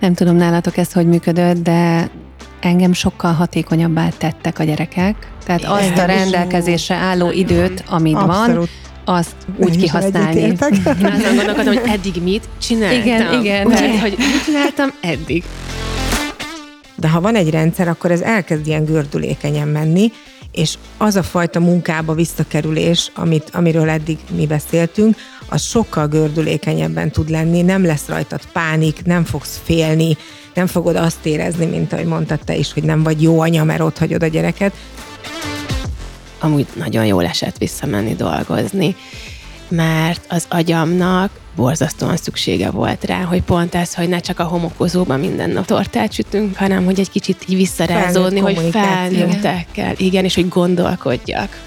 Nem tudom nálatok ez hogy működött, de engem sokkal hatékonyabbá tettek a gyerekek. Tehát azt a rendelkezésre álló időt, amit van, azt úgy kihasználni. Én azon gondolkodom, hogy eddig mit csináltam. Igen. Úgyhogy, hogy mit csináltam eddig. De ha van egy rendszer, akkor ez elkezd ilyen gördülékenyen menni, és az a fajta munkába visszakerülés, amiről eddig mi beszéltünk, az sokkal gördülékenyebben tud lenni, nem lesz rajtad pánik, nem fogsz félni, nem fogod azt érezni, mint ahogy mondtad te is, hogy nem vagy jó anya, mert ott hagyod a gyereket. Amúgy nagyon jól esett visszamenni dolgozni, mert az agyamnak borzasztóan szüksége volt rá, hogy pont ez, hogy ne csak a homokozóban minden nap tortát sütünk, hanem hogy egy kicsit így visszarázódni, hogy felnőttekkel, igen, és hogy gondolkodjak.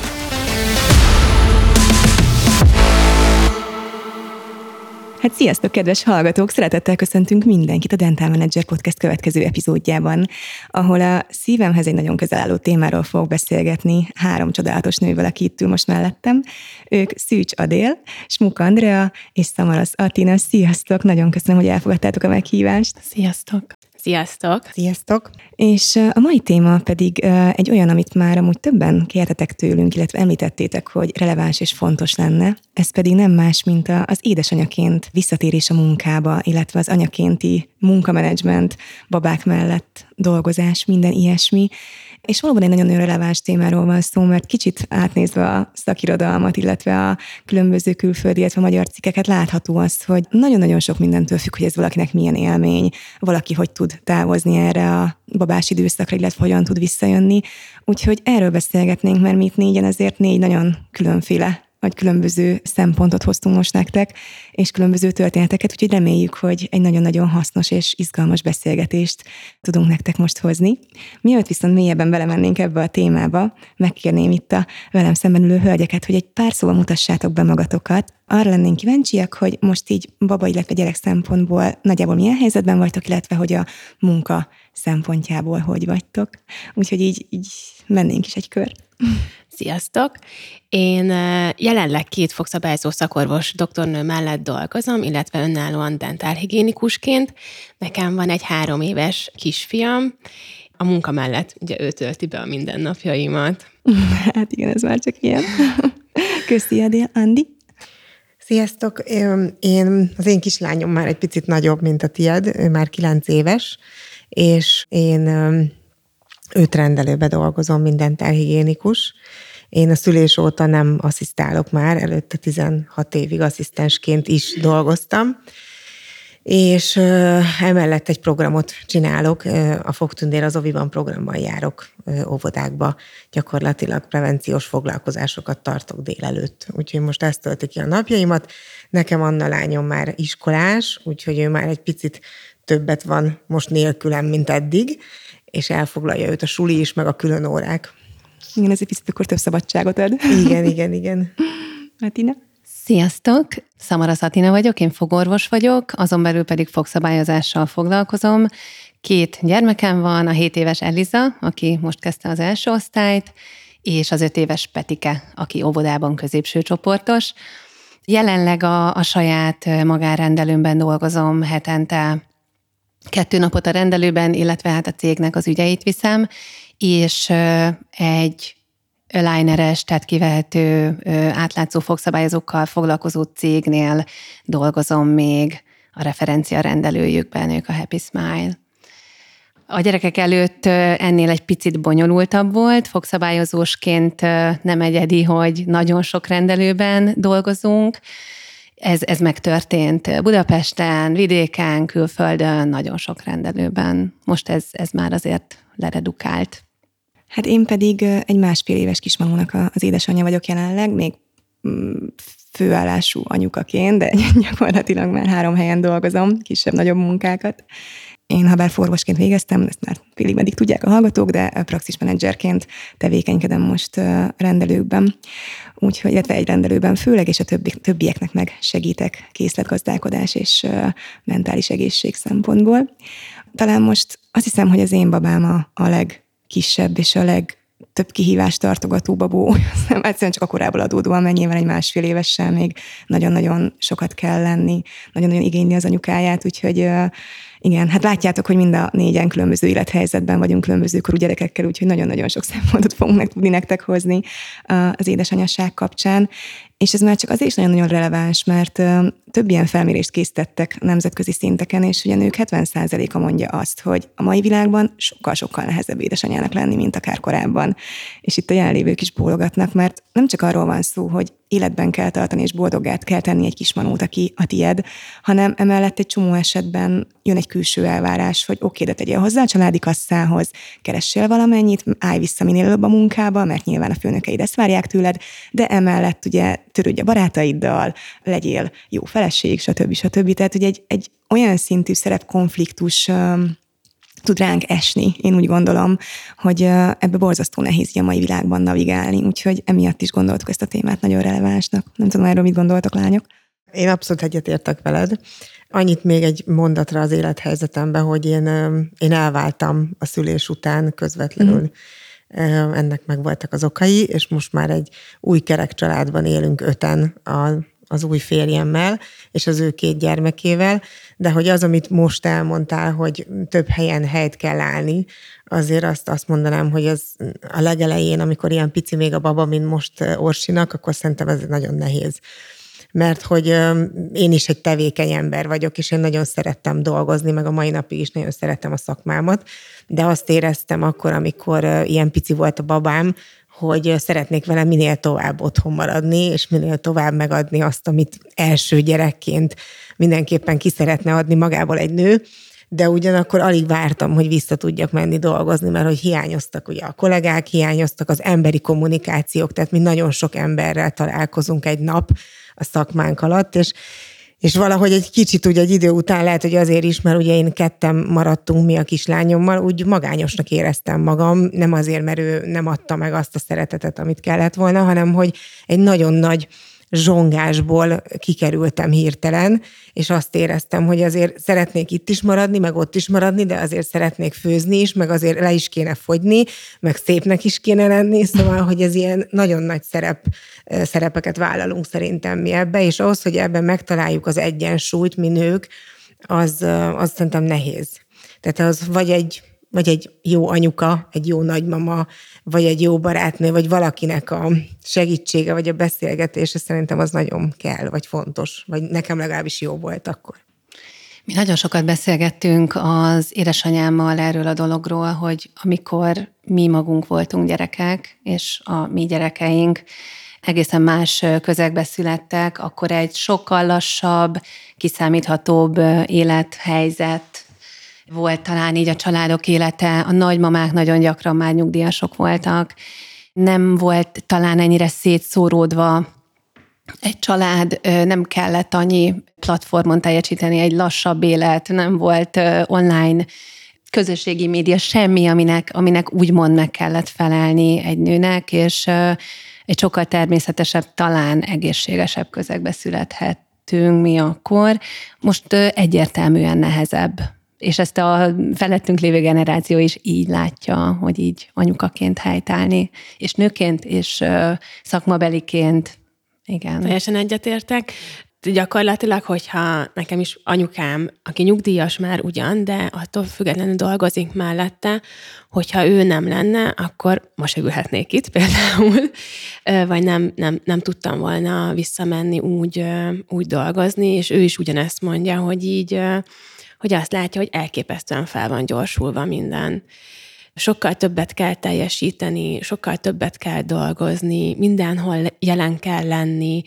Hát sziasztok, kedves hallgatók! Szeretettel köszöntünk mindenkit a Dental Manager Podcast következő epizódjában, ahol a szívemhez egy nagyon közel álló témáról fogok beszélgetni 3 csodálatos nővel, aki itt ül most mellettem. Ők Szűcs Adél, Smuk Andrea és Szamarasz Atina. Sziasztok! Nagyon köszönöm, hogy elfogadtátok a meghívást. Sziasztok! Sziasztok! Sziasztok! És a mai téma pedig egy olyan, amit már amúgy többen kértetek tőlünk, illetve említettétek, hogy releváns és fontos lenne. Ez pedig nem más, mint az édesanyaként visszatérés a munkába, illetve az anyakénti munkamenedzsment, babák mellett dolgozás, minden ilyesmi. És valóban egy nagyon releváns témáról van szó, mert kicsit átnézve a szakirodalmat, illetve a különböző külföldi, illetve magyar cikkeket látható az, hogy nagyon-nagyon sok mindentől függ, hogy ez valakinek milyen élmény, valaki hogy tud távozni erre a babás időszakra, illetve hogyan tud visszajönni. Úgyhogy erről beszélgetnénk, mert mi itt 4-en ezért 4 nagyon különféle vagy különböző szempontot hoztunk most nektek, és különböző történeteket, úgyhogy reméljük, hogy egy nagyon-nagyon hasznos és izgalmas beszélgetést tudunk nektek most hozni. Mielőtt viszont mélyebben belemennénk ebbe a témába, megkérném itt a velem szemben ülő hölgyeket, hogy egy pár szóval mutassátok be magatokat. Arra lennénk kíváncsiak, hogy most így baba, illetve gyerek szempontból nagyjából milyen helyzetben vagytok, illetve hogy a munka szempontjából hogy vagytok. Úgyhogy így mennénk is egy kör. Sziasztok! Én jelenleg 2 fogszabályzó szakorvos doktornő mellett dolgozom, illetve önállóan dentálhigiénikusként. Nekem van egy 3 éves kisfiam. A munka mellett ugye ő tölti be a mindennapjaimat. Hát igen, ez már csak ilyen. Köszi, Adél. Andi? Sziasztok! Az én kislányom már egy picit nagyobb, mint a tied, ő már 9 éves, és én 5 rendelőbe dolgozom, mint dentálhigiénikus. Én a szülés óta nem asszisztálok már, előtte 16 évig asszisztensként is dolgoztam, és emellett egy programot csinálok, a Fogtündér az Oviban programban járok óvodákba, gyakorlatilag prevenciós foglalkozásokat tartok délelőtt. Úgyhogy most ezt tölti ki a napjaimat. Nekem Anna lányom már iskolás, úgyhogy ő már egy picit többet van most nélkülem, mint eddig, és elfoglalja őt a suli is, meg a külön órák. Igen, ez egy picit akkor több szabadságot ad. Igen. Martina? Sziasztok! Szamarasz Atina vagyok, én fogorvos vagyok, azon belül pedig fogszabályozással foglalkozom. 2 gyermekem van, a 7 éves Eliza, aki most kezdte az első osztályt, és az 5 éves Petike, aki óvodában középső csoportos. Jelenleg a saját magánrendelőmben dolgozom hetente 2 napot a rendelőben, illetve hát a cégnek az ügyeit viszem, és egy aligneres, tehát kivehető átlátszó fogszabályozókkal foglalkozó cégnél dolgozom még a referencia rendelőjükben, ők a Happy Smile. A gyerekek előtt ennél egy picit bonyolultabb volt, fogszabályozósként nem egyedi, hogy nagyon sok rendelőben dolgozunk. Ez megtörtént Budapesten, vidéken, külföldön, nagyon sok rendelőben. Most ez már azért leredukált. Hát én pedig egy 1,5 éves kismalónak az édesanyja vagyok jelenleg, még főállású anyukaként, de gyakorlatilag már 3 helyen dolgozom, kisebb-nagyobb munkákat. Én habár orvosként végeztem, ezt már félig meddig tudják a hallgatók, de praxismenedzserként tevékenykedem most rendelőkben, úgyhogy illetve egy rendelőben főleg, és a többieknek meg segítek készletgazdálkodás és mentális egészség szempontból. Talán most azt hiszem, hogy az én babám a legkisebb és a több kihívást tartogató babó, egyszerűen csak a korából adódóan, mert nyilván egy 1,5 évessel még nagyon-nagyon sokat kell lenni, nagyon-nagyon igényli az anyukáját, úgyhogy igen, hát látjátok, hogy mind a 4-en különböző élethelyzetben vagyunk, különböző korú gyerekekkel, úgyhogy nagyon-nagyon sok szempontot fogunk tudni nektek hozni az édesanyaság kapcsán. És ez már csak azért is nagyon-nagyon releváns, mert több ilyen felmérést készítettek nemzetközi szinteken, és ugye nők 70%-a mondja azt, hogy a mai világban sokkal-sokkal nehezebb édesanyának lenni, mint akár korábban. És itt a jelenlévők is bólogatnak, mert nem csak arról van szó, hogy életben kell tartani, és boldoggá kell tenni egy kismanót, aki a tied, hanem emellett egy csomó esetben jön egy külső elvárás, hogy oké, de tegyél hozzá a családi kasszához, keressél valamennyit, állj vissza minél előbb a munkába, mert nyilván a főnökeid ezt várják tőled, de emellett ugye törődj a barátaiddal, legyél jó feleség, stb. Tehát ugye egy olyan szintű szerepkonfliktus tud ránk esni, én úgy gondolom, hogy ebbe borzasztó nehéz így a mai világban navigálni, úgyhogy emiatt is gondoltuk ezt a témát nagyon relevánsnak. Nem tudom, erről mit gondoltok, lányok? Én abszolút egyetértek veled. Annyit még egy mondatra az élethelyzetemben, hogy én elváltam a szülés után közvetlenül. Ennek meg voltak az okai, és most már egy új kerek családban élünk 5-en az új férjemmel, és az ő 2 gyermekével, de hogy az, amit most elmondtál, hogy több helyen helyt kell állni, azért azt mondanám, hogy az a legelején, amikor ilyen pici még a baba, mint most Orsinak, akkor szerintem ez nagyon nehéz. Mert hogy én is egy tevékeny ember vagyok, és én nagyon szerettem dolgozni, meg a mai napig is nagyon szeretem a szakmámat, de azt éreztem akkor, amikor ilyen pici volt a babám, hogy szeretnék vele minél tovább otthon maradni, és minél tovább megadni azt, amit első gyerekként mindenképpen ki szeretne adni magából egy nő, de ugyanakkor alig vártam, hogy vissza tudjak menni dolgozni, mert hogy hiányoztak ugye a kollégák, hiányoztak az emberi kommunikációk, tehát mi nagyon sok emberrel találkozunk egy nap a szakmánk alatt, és valahogy egy kicsit ugye egy idő után lehet, hogy azért is, mert ugye én 2 maradtunk mi a kislányommal, úgy magányosnak éreztem magam, nem azért, mert ő nem adta meg azt a szeretetet, amit kellett volna, hanem hogy egy nagyon nagy zsongásból kikerültem hirtelen, és azt éreztem, hogy azért szeretnék itt is maradni, meg ott is maradni, de azért szeretnék főzni is, meg azért le is kéne fogyni, meg szépnek is kéne lenni, szóval, hogy ez ilyen nagyon nagy szerepeket vállalunk szerintem mi ebbe, és ahhoz, hogy ebben megtaláljuk az egyensúlyt, mi nők, az szerintem nehéz. Tehát az vagy egy jó anyuka, egy jó nagymama, vagy egy jó barátnő, vagy valakinek a segítsége, vagy a beszélgetése, szerintem az nagyon kell, vagy fontos, vagy nekem legalábbis jó volt akkor. Mi nagyon sokat beszélgettünk az édesanyámmal erről a dologról, hogy amikor mi magunk voltunk gyerekek, és a mi gyerekeink egészen más közegbe születtek, akkor egy sokkal lassabb, kiszámíthatóbb élethelyzet volt talán így a családok élete. A nagymamák nagyon gyakran már nyugdíjasok voltak. Nem volt talán ennyire szétszóródva egy család, nem kellett annyi platformon teljesíteni, egy lassabb élet, nem volt online közösségi média, semmi, aminek úgymond meg kellett felelni egy nőnek, és egy sokkal természetesebb, talán egészségesebb közegbe születhettünk mi akkor. Most egyértelműen nehezebb. És ezt a felettünk lévő generáció is így látja, hogy így anyukaként helytállni, és nőként, és szakmabeliként, igen. Teljesen egyetértek. Gyakorlatilag, hogyha nekem is anyukám, aki nyugdíjas már ugyan, de attól függetlenül dolgozik mellette, hogyha ő nem lenne, akkor most ülhetnék itt például, vagy nem tudtam volna visszamenni úgy dolgozni, és ő is ugyanezt mondja, hogy így, hogy azt látja, hogy elképesztően fel van gyorsulva minden. Sokkal többet kell teljesíteni, sokkal többet kell dolgozni, mindenhol jelen kell lenni,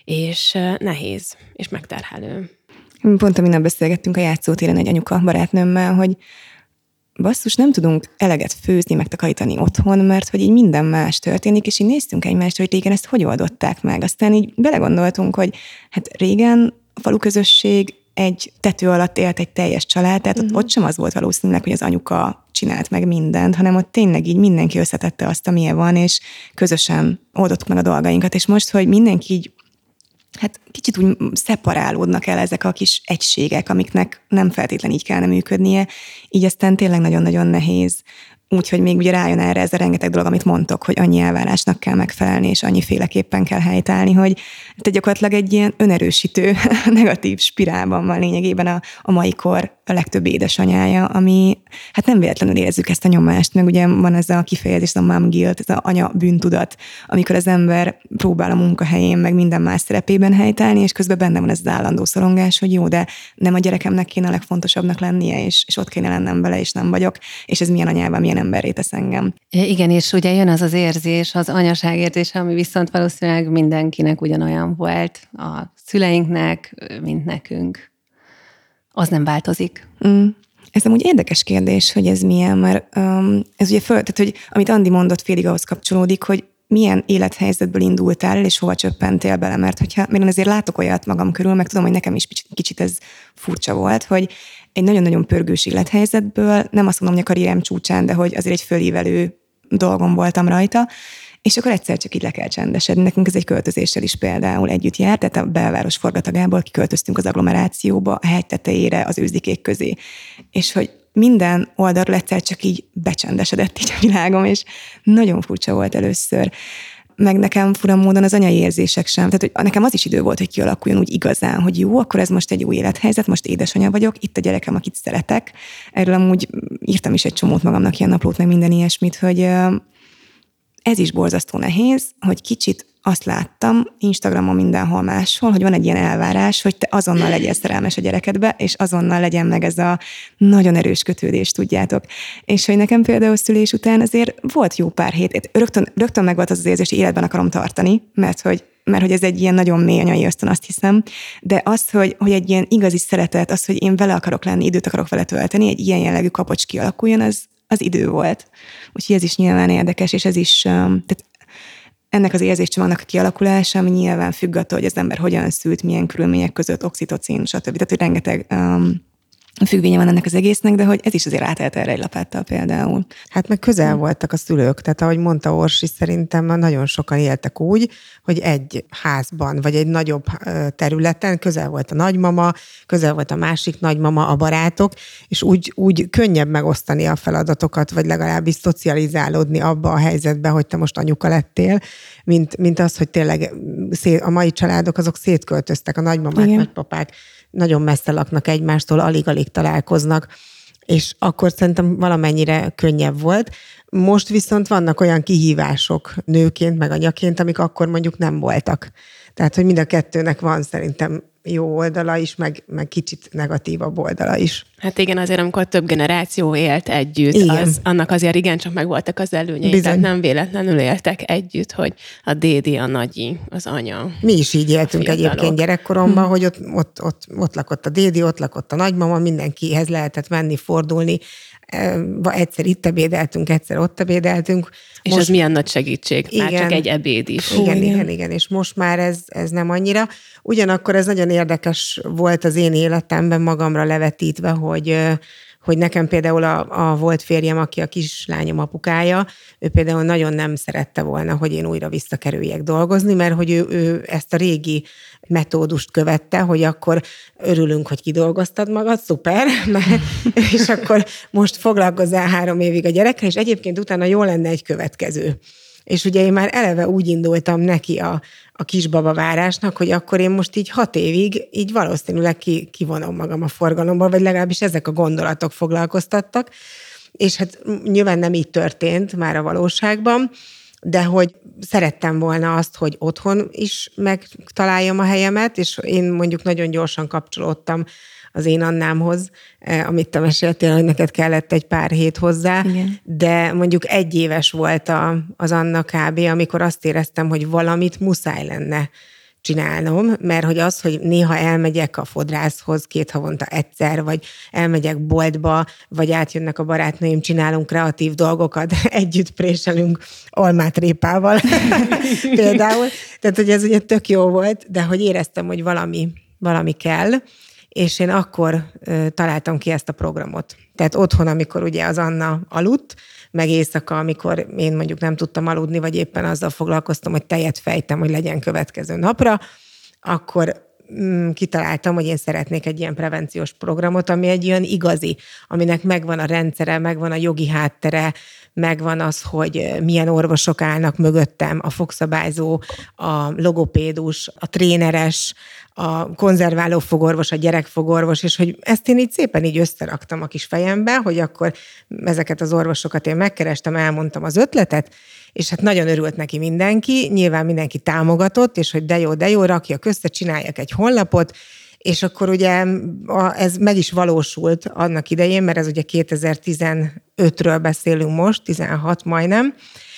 és nehéz, és megterhelő. Pont a minap beszélgettünk a játszótéren egy anyuka barátnőmmel, hogy basszus, nem tudunk eleget főzni, megtakarítani otthon, mert hogy így minden más történik, és így néztünk egymást, hogy régen ezt hogy oldották meg. Aztán így belegondoltunk, hogy hát régen a faluközösség egy tető alatt élt egy teljes család, tehát ott sem az volt valószínűleg, hogy az anyuka csinált meg mindent, hanem ott tényleg így mindenki összetette azt, amilyen van, és közösen oldottuk meg a dolgainkat. És most, hogy mindenki így hát kicsit úgy szeparálódnak el ezek a kis egységek, amiknek nem feltétlenül így kellene működnie, így aztán tényleg nagyon-nagyon nehéz úgyhogy még ugye rájön erre ez a rengeteg dolog, amit mondtok, hogy annyi elvárásnak kell megfelelni, és annyiféleképpen kell helytállni, hogy te gyakorlatilag egy ilyen önerősítő, negatív spirálban van lényegében a mai kor a legtöbb édesanyája, ami hát nem véletlenül érezzük ezt a nyomást, meg ugye van ez a kifejezés, a mom guilt, ez az anya bűntudat, amikor az ember próbál a munkahelyén, meg minden más szerepében helytállni, és közben benne van ez az állandó szorongás, hogy jó, de nem a gyerekemnek kéne a legfontosabbnak lennie, és ott kéne lennem vele, és nem vagyok, és ez milyen anyával, milyen emberré tesz engem. Igen, és ugye jön az érzés, az anyaság érzése, ami viszont valószínűleg mindenkinek ugyanolyan volt, a szüleinknek, mint nekünk. Az nem változik. Ez amúgy érdekes kérdés, hogy ez milyen, mert ez ugye tehát, hogy amit Andi mondott, félig ahhoz kapcsolódik, hogy milyen élethelyzetből indultál el, és hova csöppentél bele, mert hogyha én azért látok olyat magam körül, meg tudom, hogy nekem is kicsit ez furcsa volt, hogy egy nagyon-nagyon pörgős élethelyzetből, nem azt mondom, hogy a karrierem csúcsán, de hogy azért egy fölívelő dolgom voltam rajta, és akkor egyszer csak így le kell csendesedni. Nekünk ez egy költözéssel is például együtt járt, tehát a belváros forgatagából kiköltöztünk az agglomerációba, a hegy tetejére, az őzdikék közé. És hogy minden oldalról egyszer csak így becsendesedett így a világom, és nagyon furcsa volt először. Meg nekem fura módon az anyai érzések sem. Tehát hogy nekem az is idő volt, hogy kialakuljon úgy igazán, hogy jó, akkor ez most egy új élethelyzet, most édesanyja vagyok, itt a gyerekem, akit szeretek. Erről amúgy írtam is egy csomót magamnak, ilyen naplót, meg minden ilyesmit, hogy ez is borzasztó nehéz, hogy kicsit azt láttam Instagramon mindenhol máshol, hogy van egy ilyen elvárás, hogy te azonnal legyél szerelmes a gyerekedbe, és azonnal legyen meg ez a nagyon erős kötődés, tudjátok. És hogy nekem például szülés után azért volt jó pár hét, rögtön meg volt az érzés, hogy életben akarom tartani, mert hogy ez egy ilyen nagyon mély anyai ösztön, azt hiszem, de az, hogy egy ilyen igazi szeretet, az, hogy én vele akarok lenni, időt akarok vele tölteni, egy ilyen jellegű kapocs kialakuljon, az idő volt. Úgyhogy ez is nyilván érdekes, és ez is, tehát ennek az érzéscsomagnak a kialakulása, ami nyilván függ attól, hogy az ember hogyan szült, milyen körülmények között, oxitocin, stb. Tehát, hogy rengeteg függvénye van ennek az egésznek, de hogy ez is azért átelt erre egy lapáttal például. Hát meg közel voltak a szülők, tehát ahogy mondta Orsi, szerintem nagyon sokan éltek úgy, hogy egy házban, vagy egy nagyobb területen közel volt a nagymama, közel volt a másik nagymama, a barátok, és úgy könnyebb megosztani a feladatokat, vagy legalábbis szocializálódni abba a helyzetbe, hogy te most anyuka lettél, mint az, hogy tényleg a mai családok azok szétköltöztek, a nagymamák, nagypapák nagyon messze laknak egymástól, alig-alig találkoznak, és akkor szerintem valamennyire könnyebb volt. Most viszont vannak olyan kihívások nőként, meg anyaként, amik akkor mondjuk nem voltak. Tehát, hogy mind a kettőnek van szerintem jó oldala is, meg kicsit negatívabb oldala is. Hát igen, azért amikor több generáció élt együtt, annak azért igencsak megvoltak az előnyei, tehát nem véletlenül éltek együtt, hogy a dédi, a nagyi, az anya. Mi is így éltünk egyébként gyerekkoromban, hogy ott lakott a dédi, ott lakott a nagymama, mindenkihez lehetett menni, fordulni, egyszer itt ebédeltünk, egyszer ott ebédeltünk. És most, ez milyen nagy segítség, már csak egy ebéd is. Igen, és most már ez nem annyira. Ugyanakkor ez nagyon érdekes volt az én életemben magamra levetítve, hogy nekem például a volt férjem, aki a kislányom apukája, ő például nagyon nem szerette volna, hogy én újra visszakerüljek dolgozni, mert hogy ő ezt a régi metódust követte, hogy akkor örülünk, hogy kidolgoztad magad, szuper, és akkor most foglalkozzál 3 évig a gyerekkel, és egyébként utána jó lenne egy következő. És ugye én már eleve úgy indultam neki a kisbabavárásnak, hogy akkor én most így 6 évig így valószínűleg kivonom magam a forgalomból, vagy legalábbis ezek a gondolatok foglalkoztattak. És hát nyilván nem így történt már a valóságban, de hogy szerettem volna azt, hogy otthon is megtaláljam a helyemet, és én mondjuk nagyon gyorsan kapcsolódtam az én Annámhoz, amit te meséltél, hogy neked kellett egy pár hét hozzá, igen. De mondjuk 1 éves volt az Anna kb., amikor azt éreztem, hogy valamit muszáj lenne csinálnom, mert hogy az, hogy néha elmegyek a fodrászhoz 2 havonta egyszer, vagy elmegyek boltba, vagy átjönnek a barátnőim, csinálunk kreatív dolgokat, együtt préselünk almát répával például. Tehát, hogy ez ugye tök jó volt, de hogy éreztem, hogy valami kell, és én akkor találtam ki ezt a programot. Tehát otthon, amikor ugye az Anna aludt, meg éjszaka, amikor én mondjuk nem tudtam aludni, vagy éppen azzal foglalkoztam, hogy tejet fejtem, hogy legyen következő napra, akkor kitaláltam, hogy én szeretnék egy ilyen prevenciós programot, ami egy olyan igazi, aminek megvan a rendszere, megvan a jogi háttere, megvan az, hogy milyen orvosok állnak mögöttem, a fogszabályzó, a logopédus, a tréneres, a konzerváló fogorvos, a gyerekfogorvos, és hogy ezt én így szépen így összeraktam a kis fejembe, hogy akkor ezeket az orvosokat én megkerestem, elmondtam az ötletet, és hát nagyon örült neki mindenki, nyilván mindenki támogatott, és hogy de jó, rakjak össze, csináljak egy honlapot, és akkor ugye ez meg is valósult annak idején, mert ez ugye 2015-ről beszélünk most, 16 majdnem,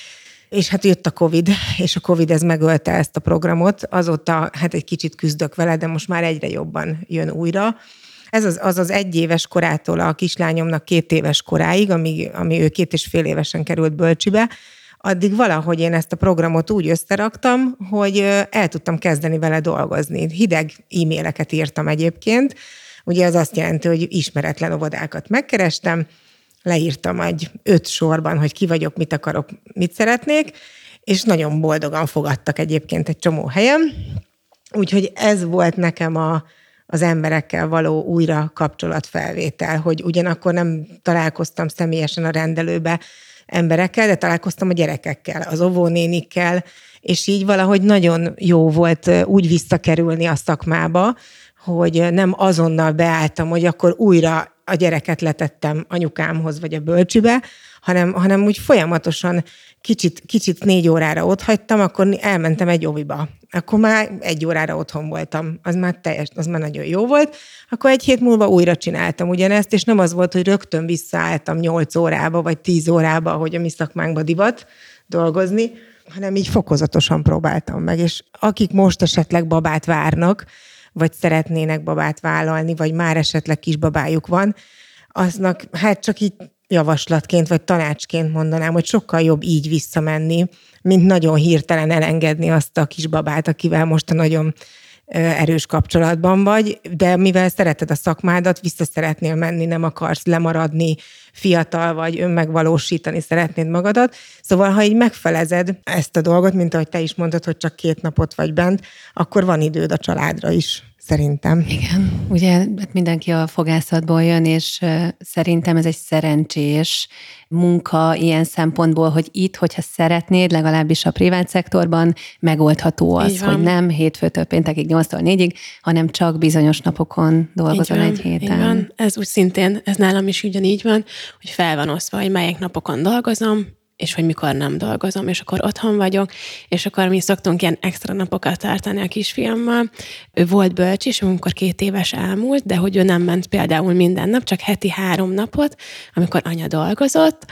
és hát jött a Covid, és a Covid ez megölte ezt a programot. Azóta hát egy kicsit küzdök vele, de most már egyre jobban jön újra. Ez az 1 éves korától a kislányomnak 2 éves koráig, ami ő 2,5 évesen került bölcsibe, addig valahogy én ezt a programot úgy összeraktam, hogy el tudtam kezdeni vele dolgozni. Hideg e-maileket írtam egyébként. Ugye az azt jelenti, hogy ismeretlen óvodákat megkerestem, leírtam egy 5 sorban, hogy ki vagyok, mit akarok, mit szeretnék, és nagyon boldogan fogadtak egyébként egy csomó helyen. Úgyhogy ez volt nekem az emberekkel való újra kapcsolatfelvétel, hogy ugyanakkor nem találkoztam személyesen a rendelőbe emberekkel, de találkoztam a gyerekekkel, az óvónénikkel, és így valahogy nagyon jó volt úgy visszakerülni a szakmába, hogy nem azonnal beálltam, hogy akkor újra a gyereket letettem anyukámhoz vagy a bölcsibe, hanem úgy folyamatosan kicsit 4 órára ott hagytam, akkor elmentem egy óviba. Akkor már 1 órára otthon voltam. Az már nagyon jó volt. Akkor 1 hét múlva újra csináltam ugyanezt, és nem az volt, hogy rögtön visszaálltam 8 órába, vagy 10 órába, ahogy a mi szakmánkba divat dolgozni, hanem így fokozatosan próbáltam meg. És akik most esetleg babát várnak, vagy szeretnének babát vállalni, vagy már esetleg kisbabájuk van, aznak hát csak így javaslatként, vagy tanácsként mondanám, hogy sokkal jobb így visszamenni, mint nagyon hirtelen elengedni azt a kisbabát, akivel most a nagyon erős kapcsolatban vagy, de mivel szereted a szakmádat, vissza szeretnél menni, nem akarsz lemaradni, fiatal vagy, önmegvalósítani szeretnéd magadat. Szóval, ha így megfelezed ezt a dolgot, mint ahogy te is mondtad, hogy csak 2 napot vagy bent, akkor van időd a családra is. Szerintem. Igen, ugye mindenki a fogászatból jön, és szerintem ez egy szerencsés munka ilyen szempontból, hogy itt, hogyha szeretnéd, legalábbis a privát szektorban megoldható az, hogy nem hétfőtől péntekig 8-tól 4-ig, hanem csak bizonyos napokon dolgozol egy héten. Így van. Ez úgy szintén, ez nálam is ugyanígy van, hogy fel van osztva, hogy melyik napokon dolgozom, és hogy mikor nem dolgozom, és akkor otthon vagyok, és akkor mi szoktunk ilyen extra napokat tartani a kisfiammal. Ő volt bölcs is, amikor 2 éves elmúlt, de hogy ő nem ment például minden nap, csak heti 3 napot, amikor anya dolgozott,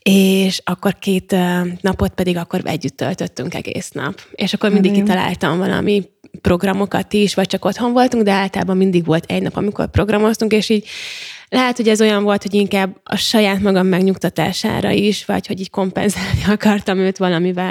és akkor 2 napot pedig akkor együtt töltöttünk egész nap. És akkor mindig kitaláltam valami programokat is, vagy csak otthon voltunk, de általában mindig volt egy nap, amikor programoztunk, és így lehet, hogy ez olyan volt, hogy inkább a saját magam megnyugtatására is, vagy hogy így kompenzálni akartam őt valamivel,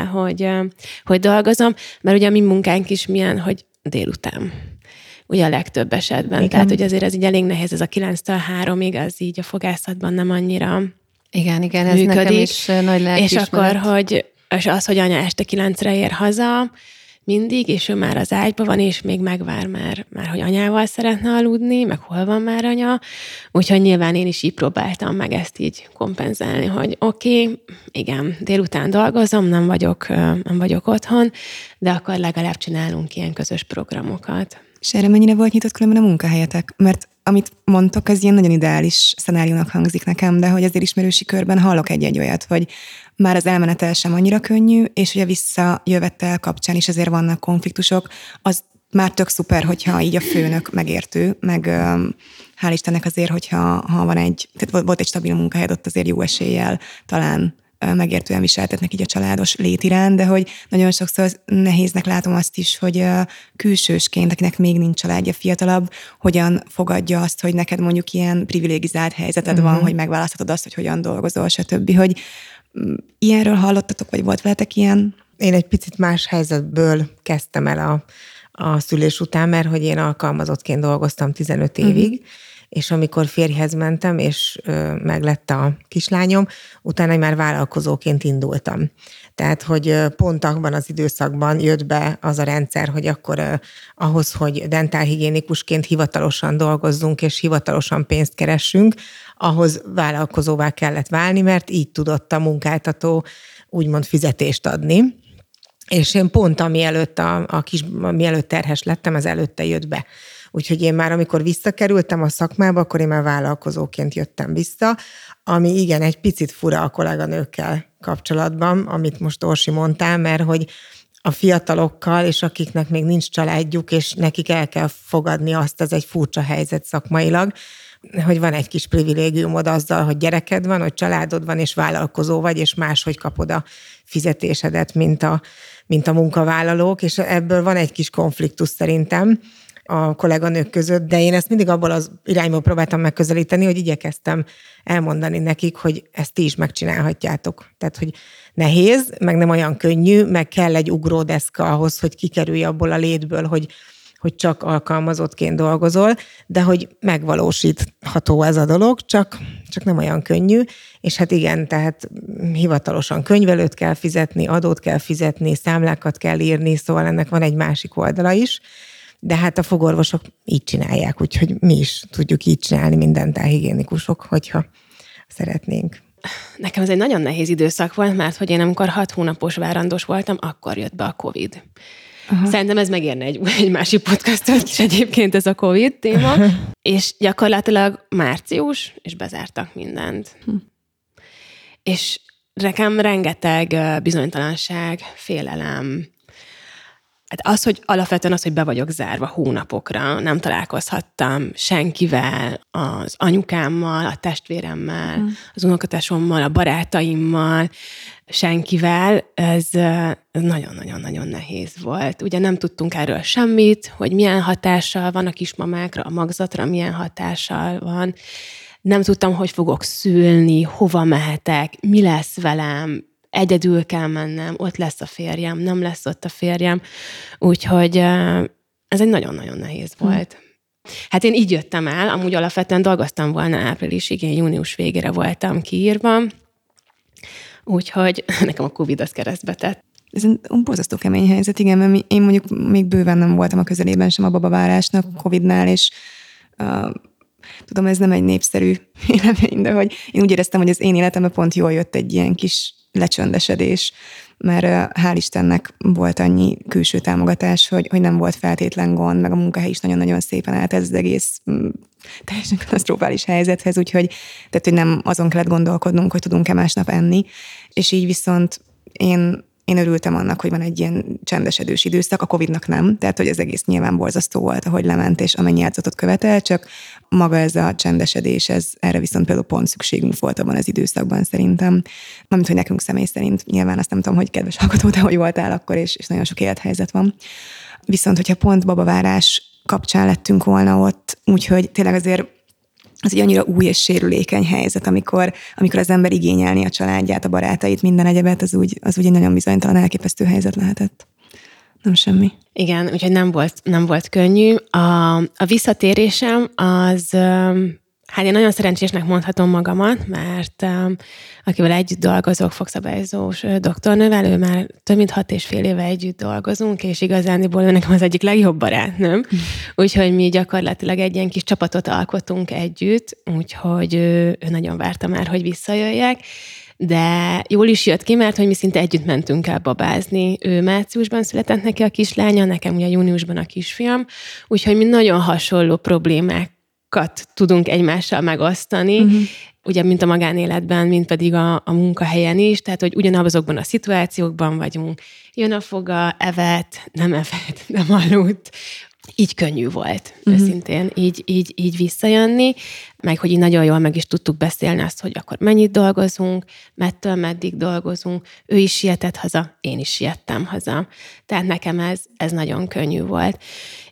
hogy dolgozom, mert ugye a mi munkánk is milyen, hogy délután. Ugye a legtöbb esetben. Igen. Tehát, hogy azért ez így elég nehéz, ez a 9-től 3-ig, az így a fogászatban nem annyira igen, ez működik. Nekem is nagy lelkiismeret. És akkor, és az, hogy anya este 9-re ér haza, mindig, és ő már az ágyban van, és még megvár már, hogy anyával szeretne aludni, meg hol van már anya. Úgyhogy nyilván én is így próbáltam meg ezt így kompenzálni, hogy oké, igen, délután dolgozom, nem vagyok otthon, de akkor legalább csinálunk ilyen közös programokat. És erre mennyire volt nyitott különben a munkahelyetek? Mert amit mondtok, az ilyen nagyon ideális szenáriónak hangzik nekem, de hogy azért ismerősi körben hallok egy-egy olyat, hogy már az elmenetel sem annyira könnyű, és ugye visszajövettel kapcsán is azért vannak konfliktusok, az már tök szuper, hogyha így a főnök megértő, meg hál' Istennek azért, hogyha tehát volt egy stabil munkahelyed, ott azért jó eséllyel talán megértően viseltetnek így a családos lét iránt, de hogy nagyon sokszor nehéznek látom azt is, hogy külsősként, akinek még nincs családja, fiatalabb, hogyan fogadja azt, hogy neked mondjuk ilyen privilegizált helyzeted van, hogy megválaszthatod azt, hogy hogyan dolgozol, stb. Hogy ilyenről hallottatok, vagy volt veletek ilyen? Én egy picit más helyzetből kezdtem el a szülés után, mert hogy én alkalmazottként dolgoztam 15 évig, és amikor férjhez mentem, és meglett a kislányom, utána már vállalkozóként indultam. Tehát, hogy pont abban az időszakban jött be az a rendszer, hogy akkor ahhoz, hogy dentálhigiénikusként hivatalosan dolgozzunk, és hivatalosan pénzt keressünk, ahhoz vállalkozóvá kellett válni, mert így tudott a munkáltató úgymond fizetést adni. És én pont amielőtt mielőtt terhes lettem, az előtte jött be. Úgyhogy én már, amikor visszakerültem a szakmába, akkor én már vállalkozóként jöttem vissza, ami igen, egy picit fura a kolléganőkkel kapcsolatban, amit most Orsi mondtál, mert hogy a fiatalokkal, és akiknek még nincs családjuk, és nekik el kell fogadni azt, ez egy furcsa helyzet szakmailag, hogy van egy kis privilégiumod azzal, hogy gyereked van, hogy családod van, és vállalkozó vagy, és máshogy kapod a fizetésedet, mint a munkavállalók, és ebből van egy kis konfliktus szerintem a kolléganők között, de én ezt mindig abból az irányból próbáltam megközelíteni, hogy igyekeztem elmondani nekik, hogy ezt ti is megcsinálhatjátok. Tehát, hogy nehéz, meg nem olyan könnyű, meg kell egy ugródeszka ahhoz, hogy kikerülj abból a létből, hogy csak alkalmazottként dolgozol, de hogy megvalósítható ez a dolog, csak nem olyan könnyű, és hát igen, tehát hivatalosan könyvelőt kell fizetni, adót kell fizetni, számlákat kell írni, szóval ennek van egy másik oldala is, de hát a fogorvosok így csinálják, úgyhogy mi is tudjuk így csinálni, mint dentálhigiénikusok, hogyha szeretnénk. Nekem ez egy nagyon nehéz időszak volt, mert hogy én amikor 6 hónapos várandós voltam, akkor jött be a Covid. Aha. Szerintem ez megérne egy másik podcastot is egyébként, ez a Covid téma. És gyakorlatilag március, és bezártak mindent. És nekem rengeteg bizonytalanság, félelem. Hát az, hogy alapvetően az, hogy be vagyok zárva hónapokra, nem találkozhattam senkivel, az anyukámmal, a testvéremmel, az unokatesommal, a barátaimmal, senkivel, ez nagyon-nagyon-nagyon nehéz volt. Ugye nem tudtunk erről semmit, hogy milyen hatással van a kismamákra, a magzatra, milyen hatással van. Nem tudtam, hogy fogok szülni, hova mehetek, mi lesz velem, egyedül kell mennem, ott lesz a férjem, nem lesz ott a férjem. Úgyhogy ez egy nagyon-nagyon nehéz volt. Hát én így jöttem el, amúgy alapvetően dolgoztam volna áprilisig, én június végére voltam kiírva, úgyhogy nekem a Covid az keresztbe tett. Ez egy borzasztó kemény helyzet, igen, mert én mondjuk még bőven nem voltam a közelében sem a babavárásnak Covidnál, és tudom, ez nem egy népszerű vélemény, de hogy én úgy éreztem, hogy az én életemben pont jól jött egy ilyen kis lecsöndesedés, mert hál' Istennek volt annyi külső támogatás, hogy nem volt feltétlen gond, meg a munkahely is nagyon-nagyon szépen állt ez az egész teljesen katasztrofális helyzethez, úgyhogy tehát, hogy nem azon kellett gondolkodnunk, hogy tudunk-e másnap enni, és így viszont én örültem annak, hogy van egy ilyen csendesedős időszak, a Covidnak nem, tehát hogy az egész nyilván borzasztó volt, ahogy lement, és amennyi áldozatot követel, csak maga ez a csendesedés, erre viszont például pont szükségünk volt abban az időszakban szerintem. Mármint, hogy nekünk személy szerint, nyilván azt nem tudom, hogy kedves hallgató, te hogy voltál akkor, és nagyon sok élethelyzet van. Viszont, hogyha pont babavárás kapcsán lettünk volna ott, úgyhogy tényleg azért az egy annyira új és sérülékeny helyzet, amikor az ember igényelni a családját, a barátait, minden egyebet, az úgy egy nagyon bizonytalan, elképesztő helyzet lehetett. Nem semmi. Igen, úgyhogy nem volt könnyű. A visszatérésem az, hát én nagyon szerencsésnek mondhatom magamat, mert akivel együtt dolgozok, fogszabályozós doktornővel, ő már több mint 6,5 éve együtt dolgozunk, és igazándiból ő nekem az egyik legjobb barátnőm. Úgyhogy mi gyakorlatilag egy ilyen kis csapatot alkotunk együtt, úgyhogy ő nagyon várta már, hogy visszajöjjek. De jól is jött ki, mert hogy mi szinte együtt mentünk el babázni. Ő márciusban született neki a kislánya, nekem ugye júniusban a kisfiam, úgyhogy mi nagyon hasonló problémákat tudunk egymással megosztani, ugye mint a magánéletben, mint pedig a munkahelyen is, tehát hogy ugyanazokban a szituációkban vagyunk. Jön a foga, evett, nem aludt. Így könnyű volt, őszintén, így visszajönni, meg hogy így nagyon jól meg is tudtuk beszélni azt, hogy akkor mennyit dolgozunk, mettől meddig dolgozunk, ő is sietett haza, én is siettem haza. Tehát nekem ez nagyon könnyű volt.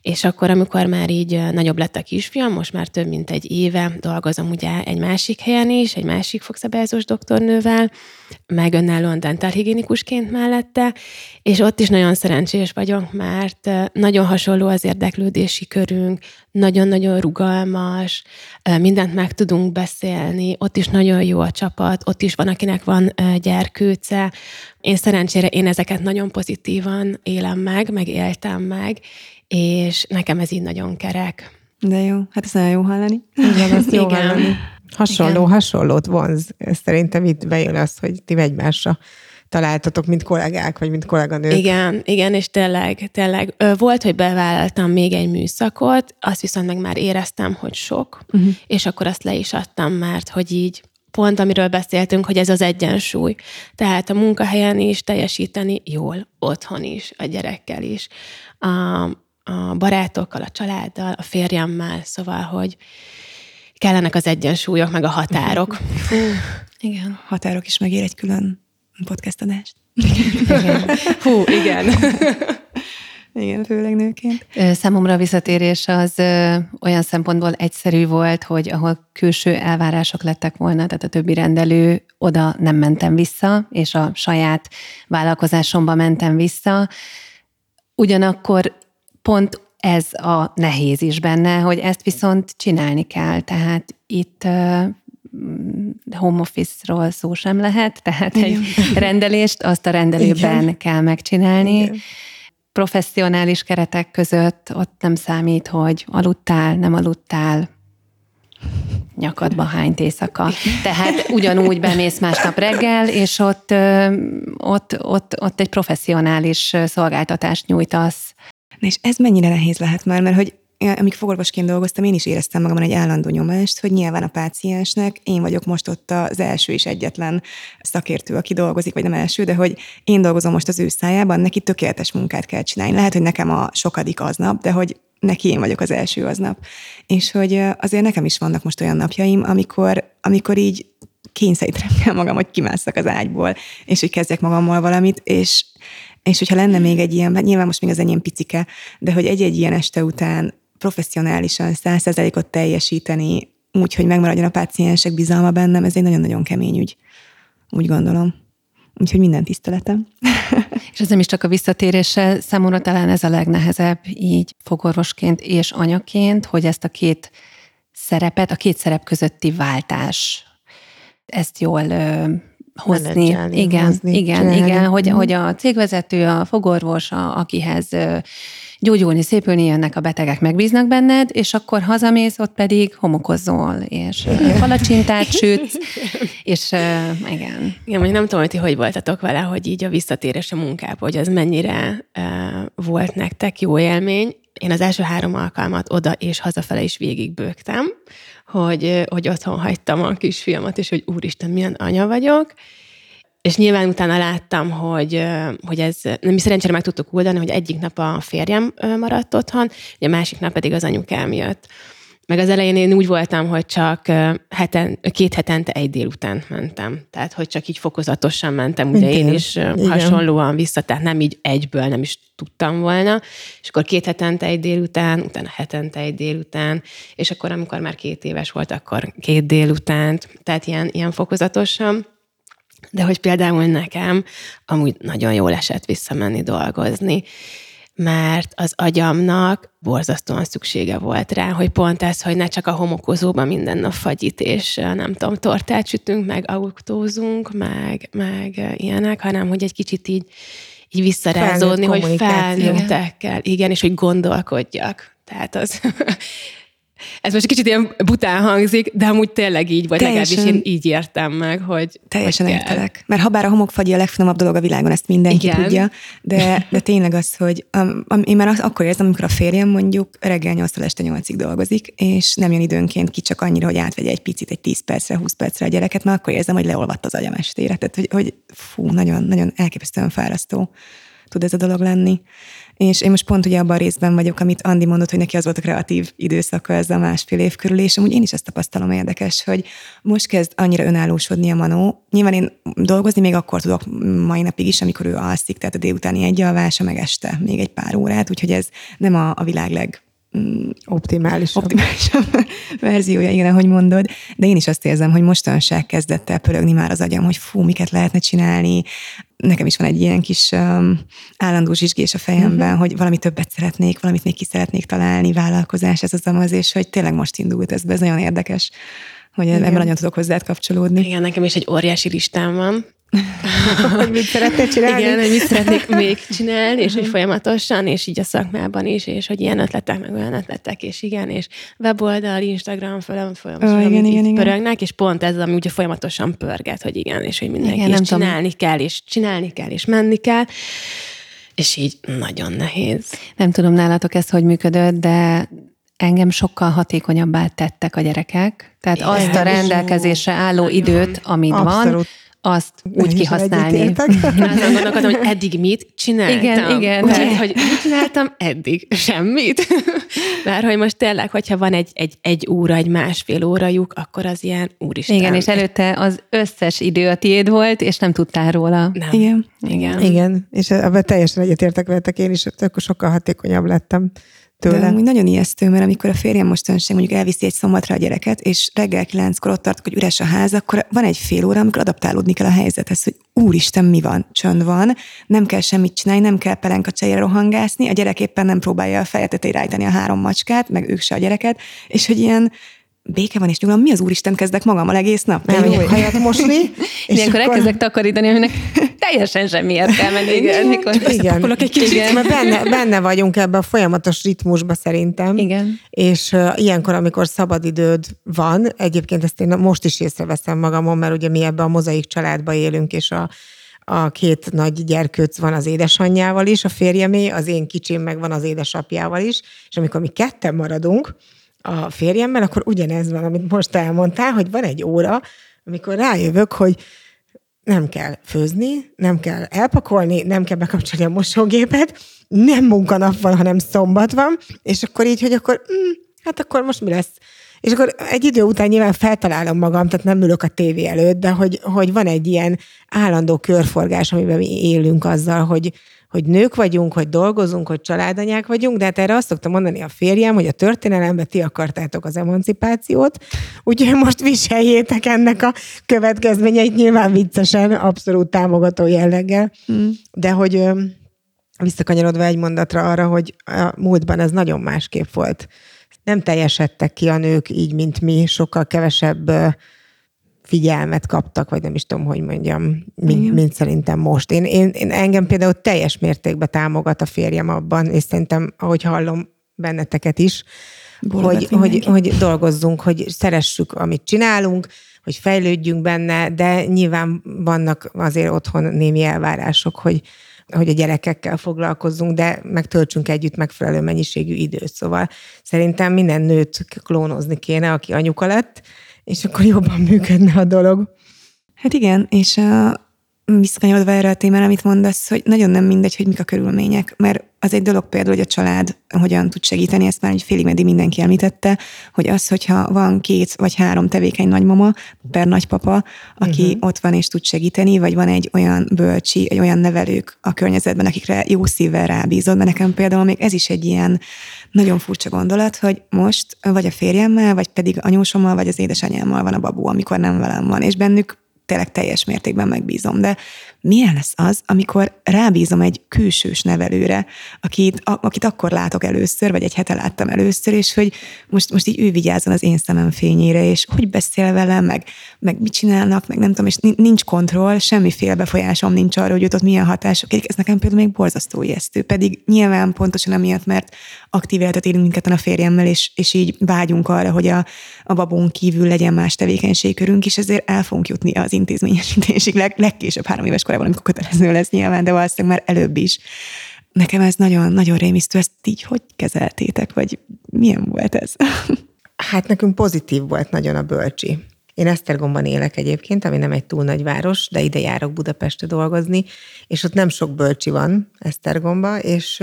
És akkor, amikor már így nagyobb lett a kisfiam, most már több mint egy éve dolgozom ugye egy másik helyen is, egy másik fogszabályozós doktornővel, meg önállóan dentálhigiénikusként mellette, és ott is nagyon szerencsés vagyok, mert nagyon hasonló az érdeklődési körünk, nagyon-nagyon rugalmas, mindent meg tudunk beszélni, ott is nagyon jó a csapat, ott is van, akinek van gyerkőce. Én szerencsére ezeket nagyon pozitívan élem meg éltem meg, és nekem ez így nagyon kerek. De jó, hát ez nagyon jó hallani. Igen, azt jó Igen. hallani. Hasonlót vonz. Szerintem itt bejön az, hogy ti egymásra találtatok, mint kollégák, vagy mint kolléganők. Igen, és tényleg volt, hogy bevállaltam még egy műszakot, azt viszont meg már éreztem, hogy sok, és akkor azt le is adtam, mert hogy így pont, amiről beszéltünk, hogy ez az egyensúly. Tehát a munkahelyen is teljesíteni jól, otthon is, a gyerekkel is, a barátokkal, a családdal, a férjemmel, szóval, hogy kellenek az egyensúlyok, meg a határok. Igen, határok is megér egy külön podcast adást. Igen. Igen, főleg nőként. Számomra a visszatérés az olyan szempontból egyszerű volt, hogy ahol külső elvárások lettek volna, tehát a többi rendelő, oda nem mentem vissza, és a saját vállalkozásomba mentem vissza. Ugyanakkor pont ez a nehéz is benne, hogy ezt viszont csinálni kell. Tehát itt home office-ról szó sem lehet, tehát egy rendelést azt a rendelőben kell megcsinálni. Igen. Professzionális keretek között ott nem számít, hogy aludtál, nem aludtál, nyakadba hányt éjszaka. Tehát ugyanúgy bemész másnap reggel, és ott egy professzionális szolgáltatást nyújtasz. És ez mennyire nehéz lehet már, mert hogy amíg fogorvosként dolgoztam, én is éreztem magamon egy állandó nyomást, hogy nyilván a páciensnek én vagyok most ott az első és egyetlen szakértő, aki dolgozik, vagy nem első, de hogy én dolgozom most az ő szájában, neki tökéletes munkát kell csinálni. Lehet, hogy nekem a sokadik aznap, de hogy neki én vagyok az első aznap. És hogy azért nekem is vannak most olyan napjaim, amikor így kényszerítem kell magam, hogy kimásszak az ágyból, és hogy kezdjek magammal valamit, és hogyha lenne még egy ilyen, nyilván most még az enyém picike, de hogy egy-egy ilyen este után professzionálisan 100%-ot teljesíteni, úgy, hogy megmaradjon a páciensek bizalma bennem, ez egy nagyon-nagyon kemény ügy, úgy gondolom. Úgyhogy minden tiszteletem. És ez nem is csak a visszatéréssel, számomra talán ez a legnehezebb így fogorvosként és anyaként, hogy ezt a két szerep közötti váltás, ezt jól hozni. Igen, hogy a cégvezető, a fogorvos, akihez gyógyulni, szépülni jönnek a betegek, megbíznak benned, és akkor hazamész, ott pedig homokozol, és palacsintát sütsz, és igen. Igen, mondjuk nem tudom, hogy ti hogy voltatok vele, hogy így a visszatérés a munkába, hogy az mennyire volt nektek jó élmény. Én az első 3 alkalmat oda és hazafele is végigbőgtem, hogy otthon hagytam a kisfiamat, és hogy úristen, milyen anya vagyok. És nyilván utána láttam, hogy ez nem szerencsére meg tudtuk oldani, hogy egyik nap a férjem maradt otthon, a másik nap pedig az anyukám jött. Meg az elején én úgy voltam, hogy csak 2 hetente egy délután mentem. Tehát, hogy csak így fokozatosan mentem. Ugye én is hasonlóan vissza, tehát nem így egyből nem is tudtam volna. És akkor 2 hetente egy délután, utána hetente egy délután, és akkor, amikor már 2 éves volt, akkor 2 délutánt. Tehát ilyen fokozatosan. De hogy például nekem amúgy nagyon jól esett visszamenni dolgozni, mert az agyamnak borzasztóan szüksége volt rá, hogy pont ez, hogy ne csak a homokozóban minden nap fagyit, és nem tudom, tortát sütünk, meg autózunk, meg ilyenek, hanem hogy egy kicsit így visszarázódni, hogy felnőttekkel, igen, és hogy gondolkodjak. Tehát az... Ez most egy kicsit ilyen bután hangzik, de amúgy tényleg így volt, legalábbis én így értem meg, hogy... Teljesen értelek. Mert ha bár a homokfagyi a legfinomabb dolog a világon, ezt mindenki tudja, de tényleg az, hogy én már akkor érzem, amikor a férjem mondjuk reggel 8-tól este 8-ig dolgozik, és nem jön időnként ki csak annyira, hogy átvegye egy picit, egy 10 percre, 20 percre a gyereket, mert akkor érzem, hogy leolvadt az agyam estére. Tehát, hogy fú, nagyon, nagyon elképesztően fárasztó. tud ez a dolog lenni. És én most pont ugye abban a részben vagyok, amit Andi mondott, hogy neki az volt a kreatív időszaka, ez a 1,5 év körül, és amúgy én is ezt tapasztalom, érdekes, hogy most kezd annyira önállósodni a Manó. Nyilván én dolgozni még akkor tudok mai napig is, amikor ő alszik, tehát a délutáni egy alvása, meg este még egy pár órát, úgyhogy ez nem a világ optimálisabb verziója, igen, ahogy mondod. De én is azt érzem, hogy mostanság kezdett el pörögni már az agyam, hogy fú, miket lehetne csinálni. Nekem is van egy ilyen kis állandó zsizsgés a fejemben, hogy valami többet szeretnék, valamit még ki szeretnék találni, vállalkozás, ez az, és hogy tényleg most indult ez nagyon érdekes, hogy ebben nagyon tudok hozzád kapcsolódni. Igen, nekem is egy óriási listám van. hogy mit szeretnél csinálni? Igen, hogy mit szeretnék még csinálni, és hogy folyamatosan, és így a szakmában is, és hogy ilyen ötletek, meg olyan ötletek, és igen, és weboldal, Instagram folyamatosan pörögnek, és pont ez, ami ugye folyamatosan pörget, hogy igen, és hogy mindenki igen, és csinálni kell, és menni kell, és így nagyon nehéz. Nem tudom nálatok ez, hogy működött, de engem sokkal hatékonyabbá tettek a gyerekek. Tehát igen, azt a rendelkezésre álló időt, amit van, azt úgy kihasználni. Azon gondolkodom, hogy eddig mit csináltam. Igen. Tehát, hogy mit csináltam eddig? Semmit. Mert hogy most tényleg, hogyha van egy óra, egy 1,5 órajuk, akkor az ilyen úristen. Igen, és előtte az összes idő a tiéd volt, és nem tudtál róla. Nem. Igen. És ebben teljesen egyetértek veletek, én is akkor sokkal hatékonyabb lettem tőle. De nagyon ijesztő, mert amikor a férjem mostanság mondjuk elviszi egy szombatra a gyereket, és reggel 9-kor ott tart, hogy üres a ház, akkor van egy fél óra, amikor adaptálódni kell a helyzethez, hogy úristen, mi van? Csönd van, nem kell semmit csinálni, nem kell pelenka csejére rohangászni, a gyerek éppen nem próbálja a feje tetejére állítani a 3 macskát, meg ők se a gyereket, és hogy ilyen béke van és nyugalom, mi az úristen kezdek magammal egész nap? Nem jó hajat mosni. És ilyenkor elkezdek takarítani, aminek teljesen semmi értelme. Igen. Egy kicsit, mert benne vagyunk ebben a folyamatos ritmusba szerintem. Igen. És ilyenkor, amikor szabadidőd van, egyébként ezt én most is észreveszem magamon, mert ugye mi ebben a mozaik családba élünk, és a 2 nagy gyerkőc van az édesanyjával is, a férjemé, az én kicsim meg van az édesapjával is, és amikor mi ketten maradunk a férjemmel, akkor ugyanez van, amit most elmondtál, hogy van egy óra, amikor rájövök, hogy nem kell főzni, nem kell elpakolni, nem kell bekapcsolni a mosógépet, nem munkanap van, hanem szombat van, és akkor így, hogy akkor, hát akkor most mi lesz? És akkor egy idő után nyilván feltalálom magam, tehát nem ülök a tévé előtt, de hogy van egy ilyen állandó körforgás, amiben mi élünk azzal, hogy nők vagyunk, hogy dolgozunk, hogy családanyák vagyunk, de hát erre azt szoktam mondani a férjem, hogy a történelemben ti akartátok az emancipációt, úgyhogy most viseljétek ennek a következményeit, nyilván viccesen, abszolút támogató jelleggel, de hogy visszakanyarodva egy mondatra arra, hogy a múltban ez nagyon másképp volt. Nem teljesedtek ki a nők így, mint mi, sokkal kevesebb figyelmet kaptak, vagy nem is tudom, hogy mondjam, mint szerintem most. Én engem például teljes mértékben támogat a férjem abban, és szerintem, ahogy hallom benneteket is, hogy dolgozzunk, hogy szeressük, amit csinálunk, hogy fejlődjünk benne, de nyilván vannak azért otthon némi elvárások, hogy a gyerekekkel foglalkozzunk, de megtöltsünk együtt megfelelő mennyiségű időt. Szóval szerintem minden nőt klónozni kéne, aki anyuka lett, és akkor jobban működne a dolog. Hát igen, és visszakanyarodva erre a témára, amit mondasz, hogy nagyon nem mindegy, hogy mik a körülmények, mert az egy dolog például, hogy a család hogyan tud segíteni, ezt már egy félig meddig mindenki említette, hogy az, hogyha van 2 vagy 3 tevékeny nagymama per nagypapa, aki ott van és tud segíteni, vagy van egy olyan bölcsi, egy olyan nevelők a környezetben, akikre jó szívvel rábízod, mert nekem például még ez is egy ilyen nagyon furcsa gondolat, hogy most vagy a férjemmel, vagy pedig anyósommal, vagy az édesanyámmal van a babó, amikor nem velem van, és bennük tényleg teljes mértékben megbízom, de milyen lesz az, amikor rábízom egy külsős nevelőre, akit akkor látok először, vagy egy hete láttam először, és hogy most így ő vigyázzon az én szemem fényére, és hogy beszél velem, meg mit csinálnak, meg nem tudom, és nincs kontroll, semmiféle befolyásom nincs arra, hogy ott milyen hatások. Ez nekem például még borzasztó ijesztő, pedig nyilván pontosan amiatt, mert aktív életet élünk mindketten a férjemmel, és így vágyunk arra, hogy a babón kívül legyen más tevékenységkörünk, és ezért el fogunk jutni az intézményesítésig legkésőbb 3 éves korában, amikor kötelező lesz nyilván, de valószínűleg már előbb is. Nekem ez nagyon, nagyon rémisztő, ezt így hogy kezeltétek, vagy milyen volt ez? Hát nekünk pozitív volt nagyon a bölcsi. Én Esztergomban élek egyébként, ami nem egy túl nagy város, de ide járok Budapestre dolgozni, és ott nem sok bölcsi van Esztergomba, és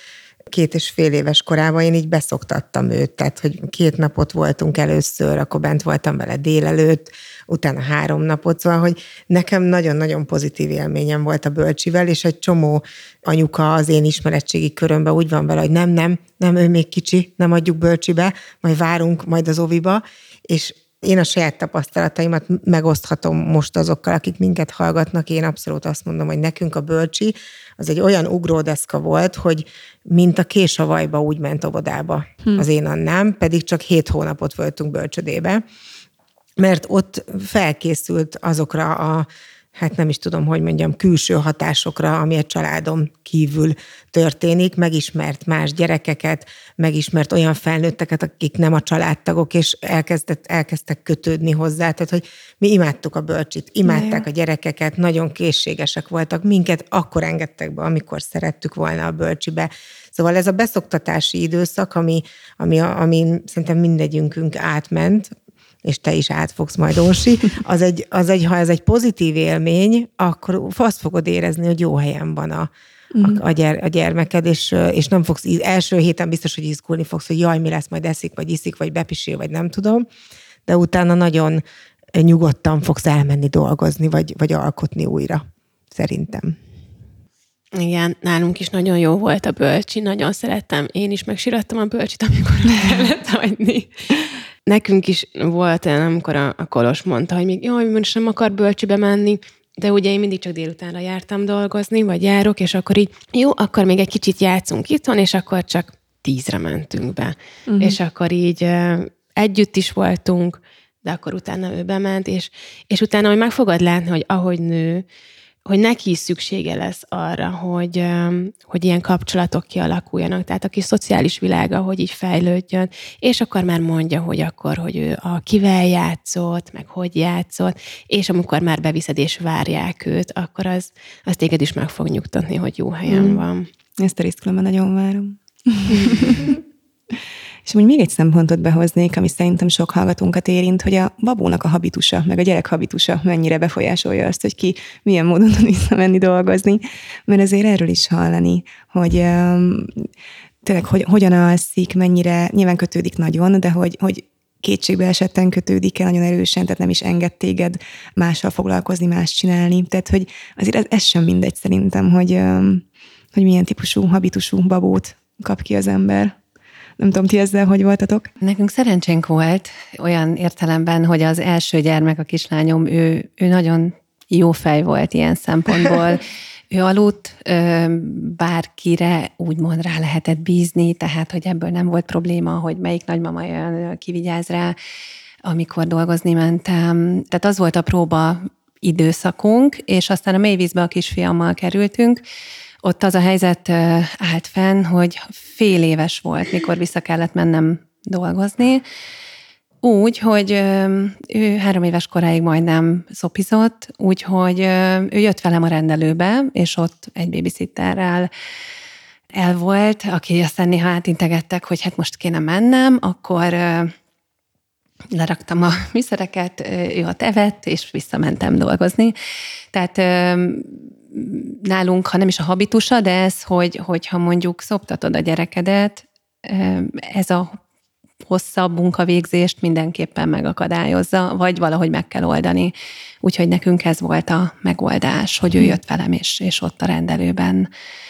2,5 éves korában én így beszoktattam őt, tehát hogy 2 napot voltunk először, akkor bent voltam vele délelőtt, utána 3 napot, szóval, hogy nekem nagyon-nagyon pozitív élményem volt a bölcsivel, és egy csomó anyuka az én ismeretségi körömben úgy van vele, hogy nem, ő még kicsi, nem adjuk bölcsibe, majd várunk majd az oviba, és én a saját tapasztalataimat megoszthatom most azokkal, akik minket hallgatnak. Én abszolút azt mondom, hogy nekünk a bölcsi az egy olyan ugródeszka volt, hogy mint a kés a vajba úgy ment óvodába az én Annám, pedig csak 7 hónapot voltunk bölcsödébe, mert ott felkészült azokra a, hát nem is tudom, hogy mondjam, külső hatásokra, ami a családon kívül történik, megismert más gyerekeket, megismert olyan felnőtteket, akik nem a családtagok, és elkezdtek kötődni hozzá. Tehát, hogy mi imádtuk a bölcsit, imádták a gyerekeket, nagyon készségesek voltak, minket akkor engedtek be, amikor szerettük volna a bölcsibe. Szóval ez a beszoktatási időszak, ami szerintem mindegyünkünk átment, és te is át fogsz majd, Orsi, ha ez egy pozitív élmény, akkor azt fogod érezni, hogy jó helyen van a gyermeked, és nem fogsz, első héten biztos, hogy izgulni fogsz, hogy jaj, mi lesz, majd eszik, vagy iszik, vagy bepisil, vagy nem tudom, de utána nagyon nyugodtan fogsz elmenni dolgozni, vagy alkotni újra, szerintem. Igen, nálunk is nagyon jó volt a bölcsi, nagyon szerettem. Én is megsirattam a bölcsit, amikor kellett hagyni. Nekünk is volt olyan, amikor a Kolos mondta, hogy még jaj, most nem akar bölcsibe menni, de ugye én mindig csak délutánra jártam dolgozni, vagy járok, és akkor így, jó, akkor még egy kicsit játszunk itthon, és akkor csak 10-re mentünk be. És akkor így együtt is voltunk, de akkor utána ő bement, és utána, hogy meg fogod látni, hogy ahogy nő, hogy neki is szüksége lesz arra, hogy ilyen kapcsolatok kialakuljanak, tehát a kis szociális világa, hogy így fejlődjön, és akkor már mondja, hogy ő kivel játszott, meg hogy játszott, és amikor már beviszed és várják őt, akkor az téged is meg fog nyugtatni, hogy jó helyen van. Ezt a részt különben nagyon várom. És úgy még egy szempontot behoznék, ami szerintem sok hallgatónkat érint, hogy a babónak a habitusa, meg a gyerek habitusa mennyire befolyásolja azt, hogy ki milyen módon tud visszamenni dolgozni. Mert azért erről is hallani, hogy tényleg hogyan alszik, mennyire, nyilván kötődik nagyon, de hogy kétségbe esetten kötődik el nagyon erősen, tehát nem is enged téged mással foglalkozni, más csinálni. Tehát, hogy azért ez sem mindegy szerintem, hogy milyen típusú, habitusú babót kap ki az ember. Nem tudom, ti ezzel hogy voltatok? Nekünk szerencsénk volt olyan értelemben, hogy az első gyermek, a kislányom, ő nagyon jó fej volt ilyen szempontból. Ő aludt, bárkire úgymond rá lehetett bízni, tehát, hogy ebből nem volt probléma, hogy melyik nagymama jön, kivigyáz rá, amikor dolgozni mentem. Tehát az volt a próba időszakunk, és aztán a mélyvízbe a kisfiammal kerültünk. Ott az a helyzet állt fenn, hogy fél éves volt, mikor vissza kellett mennem dolgozni. Úgy, hogy ő 3 éves koráig majdnem szopizott, úgyhogy ő jött velem a rendelőbe, és ott egy babysitterrel el volt, aki aztán néha átintegettek, hogy hát most kéne mennem, akkor leraktam a műszereket, ő ott evett, és visszamentem dolgozni. Tehát nálunk, ha nem is a habitusa, de ez, hogyha mondjuk szoptatod a gyerekedet, ez a hosszabb munkavégzést mindenképpen megakadályozza, vagy valahogy meg kell oldani. Úgyhogy nekünk ez volt a megoldás, hogy ő jött velem, és ott a rendelőben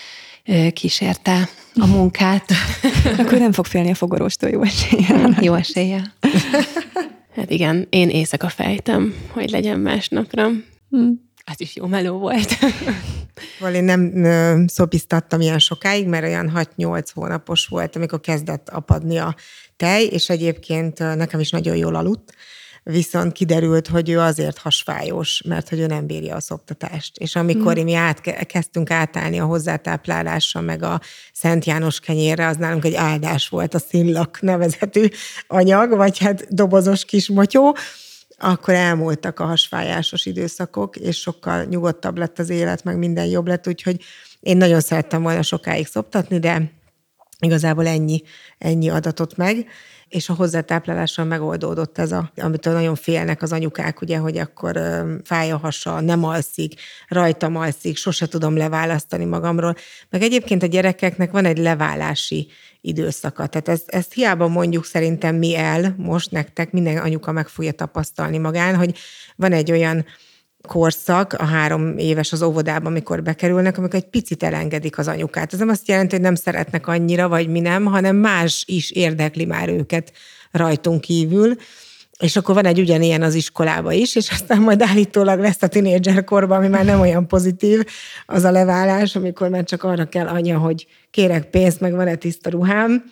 kísérte a munkát. Akkor nem fog félni a fogorvostól, jó eséllyel. Jó eséllyel. Hát igen, én éjszaka fejtem, hogy legyen másnapra. Az is jó meló volt. Én nem szopiztattam ilyen sokáig, mert olyan 6-8 hónapos volt, amikor kezdett apadni a tej, és egyébként nekem is nagyon jól aludt, viszont kiderült, hogy ő azért hasfájós, mert hogy ő nem bírja a szoptatást. És amikor mi kezdtünk átállni a hozzátáplálásra, meg a Szent János kenyérre, az nálunk egy áldás volt, a színlak nevezetű anyag, vagy hát dobozos kis motyó, akkor elmúltak a hasfájásos időszakok, és sokkal nyugodtabb lett az élet, meg minden jobb lett, úgyhogy én nagyon szerettem volna sokáig szoptatni, de Igazából ennyi adatot meg, és a hozzátáplálással megoldódott ez, amitől nagyon félnek az anyukák, ugye, hogy akkor fáj a hasa, nem alszik, rajtam alszik, sose tudom leválasztani magamról. Meg egyébként a gyerekeknek van egy leválási időszaka. Tehát ezt hiába mondjuk szerintem mi el most nektek, minden anyuka meg fogja tapasztalni magán, hogy van egy olyan korszak, a 3 éves az óvodában, amikor bekerülnek, amikor egy picit elengedik az anyukát. Ez nem azt jelenti, hogy nem szeretnek annyira, vagy mi nem, hanem más is érdekli már őket rajtunk kívül. És akkor van egy ugyanilyen az iskolába is, és aztán majd állítólag lesz a tinédzserkorban, ami már nem olyan pozitív, az a leválás, amikor már csak arra kell anya, hogy kérek pénzt, meg van-e tiszta ruhám,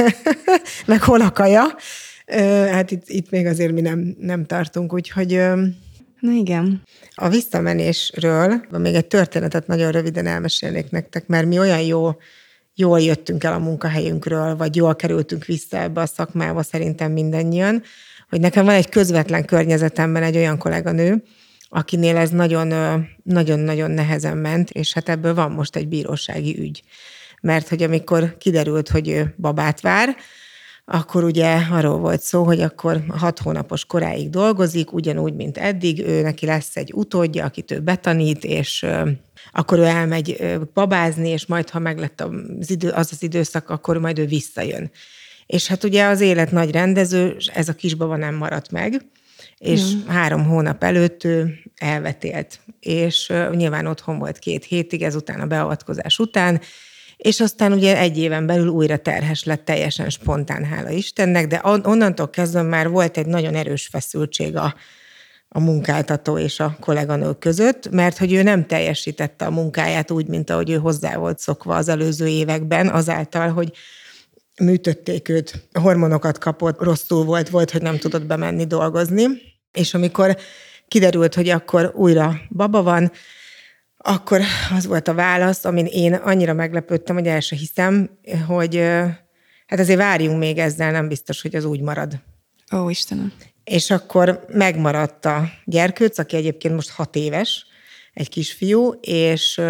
meg hol a kaja. Hát itt még azért mi nem tartunk, úgyhogy... Na igen. A visszamenésről még egy történetet nagyon röviden elmesélnék nektek, mert mi olyan jól jöttünk el a munkahelyünkről, vagy jól kerültünk vissza ebbe a szakmába szerintem mindannyian, hogy nekem van egy közvetlen környezetemben egy olyan kolléganő, akinél ez nagyon-nagyon nehezen ment, és hát ebből van most egy bírósági ügy. Mert hogy amikor kiderült, hogy ő babát vár, akkor ugye arról volt szó, hogy akkor 6 hónapos koráig dolgozik, ugyanúgy, mint eddig, ő neki lesz egy utódja, akit ő betanít, és akkor ő elmegy babázni, és majd, ha meglett az időszak, akkor majd ő visszajön. És hát ugye az élet nagy rendező, ez a kisbaba nem maradt meg, és 3 hónap előtt ő elvetélt. És nyilván otthon volt 2 hétig, ezután a beavatkozás után, és aztán ugye 1 éven belül újra terhes lett, teljesen spontán, hála Istennek, de onnantól kezdve már volt egy nagyon erős feszültség a munkáltató és a kolléganő között, mert hogy ő nem teljesítette a munkáját úgy, mint ahogy ő hozzá volt szokva az előző években, azáltal, hogy műtötték őt, hormonokat kapott, rosszul volt, hogy nem tudott bemenni dolgozni, és amikor kiderült, hogy akkor újra baba van, akkor az volt a válasz, amin én annyira meglepődtem, hogy el se hiszem, hogy hát azért várjunk még ezzel, nem biztos, hogy az úgy marad. Ó, Istenem. És akkor megmaradt a gyerkőc, aki egyébként most 6 éves, egy kisfiú, és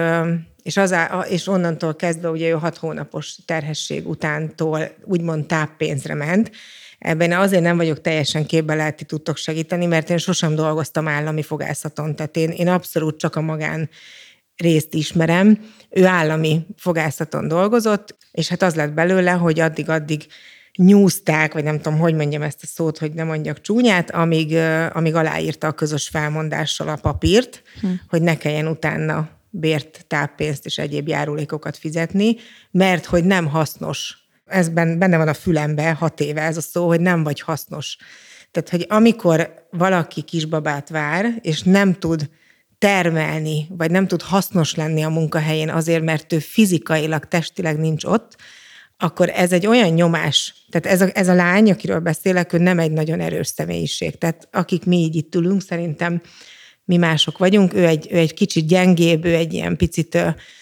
onnantól kezdve ugye ő 6 hónapos terhesség utántól úgymond táppénzre ment. Ebben azért nem vagyok teljesen képben, lehet, ti tudtok segíteni, mert én sosem dolgoztam állami fogászaton, tehát én abszolút csak a magán részt ismerem. Ő állami fogászaton dolgozott, és hát az lett belőle, hogy addig nyúzták, vagy nem tudom, hogy mondjam ezt a szót, hogy ne mondjak csúnyát, amíg aláírta a közös felmondással a papírt, hogy ne kelljen utána bért, táppénzt és egyéb járulékokat fizetni, mert hogy nem hasznos. Ez benne van a fülembe 6 éve ez a szó, hogy nem vagy hasznos. Tehát, hogy amikor valaki kisbabát vár, és nem tud termelni, vagy nem tud hasznos lenni a munkahelyén azért, mert ő fizikailag, testileg nincs ott, akkor ez egy olyan nyomás. Tehát ez a lány, akiről beszélek, ő nem egy nagyon erős személyiség. Tehát akik mi így itt ülünk, szerintem mi mások vagyunk. Ő egy kicsit gyengébb, ő egy ilyen picit,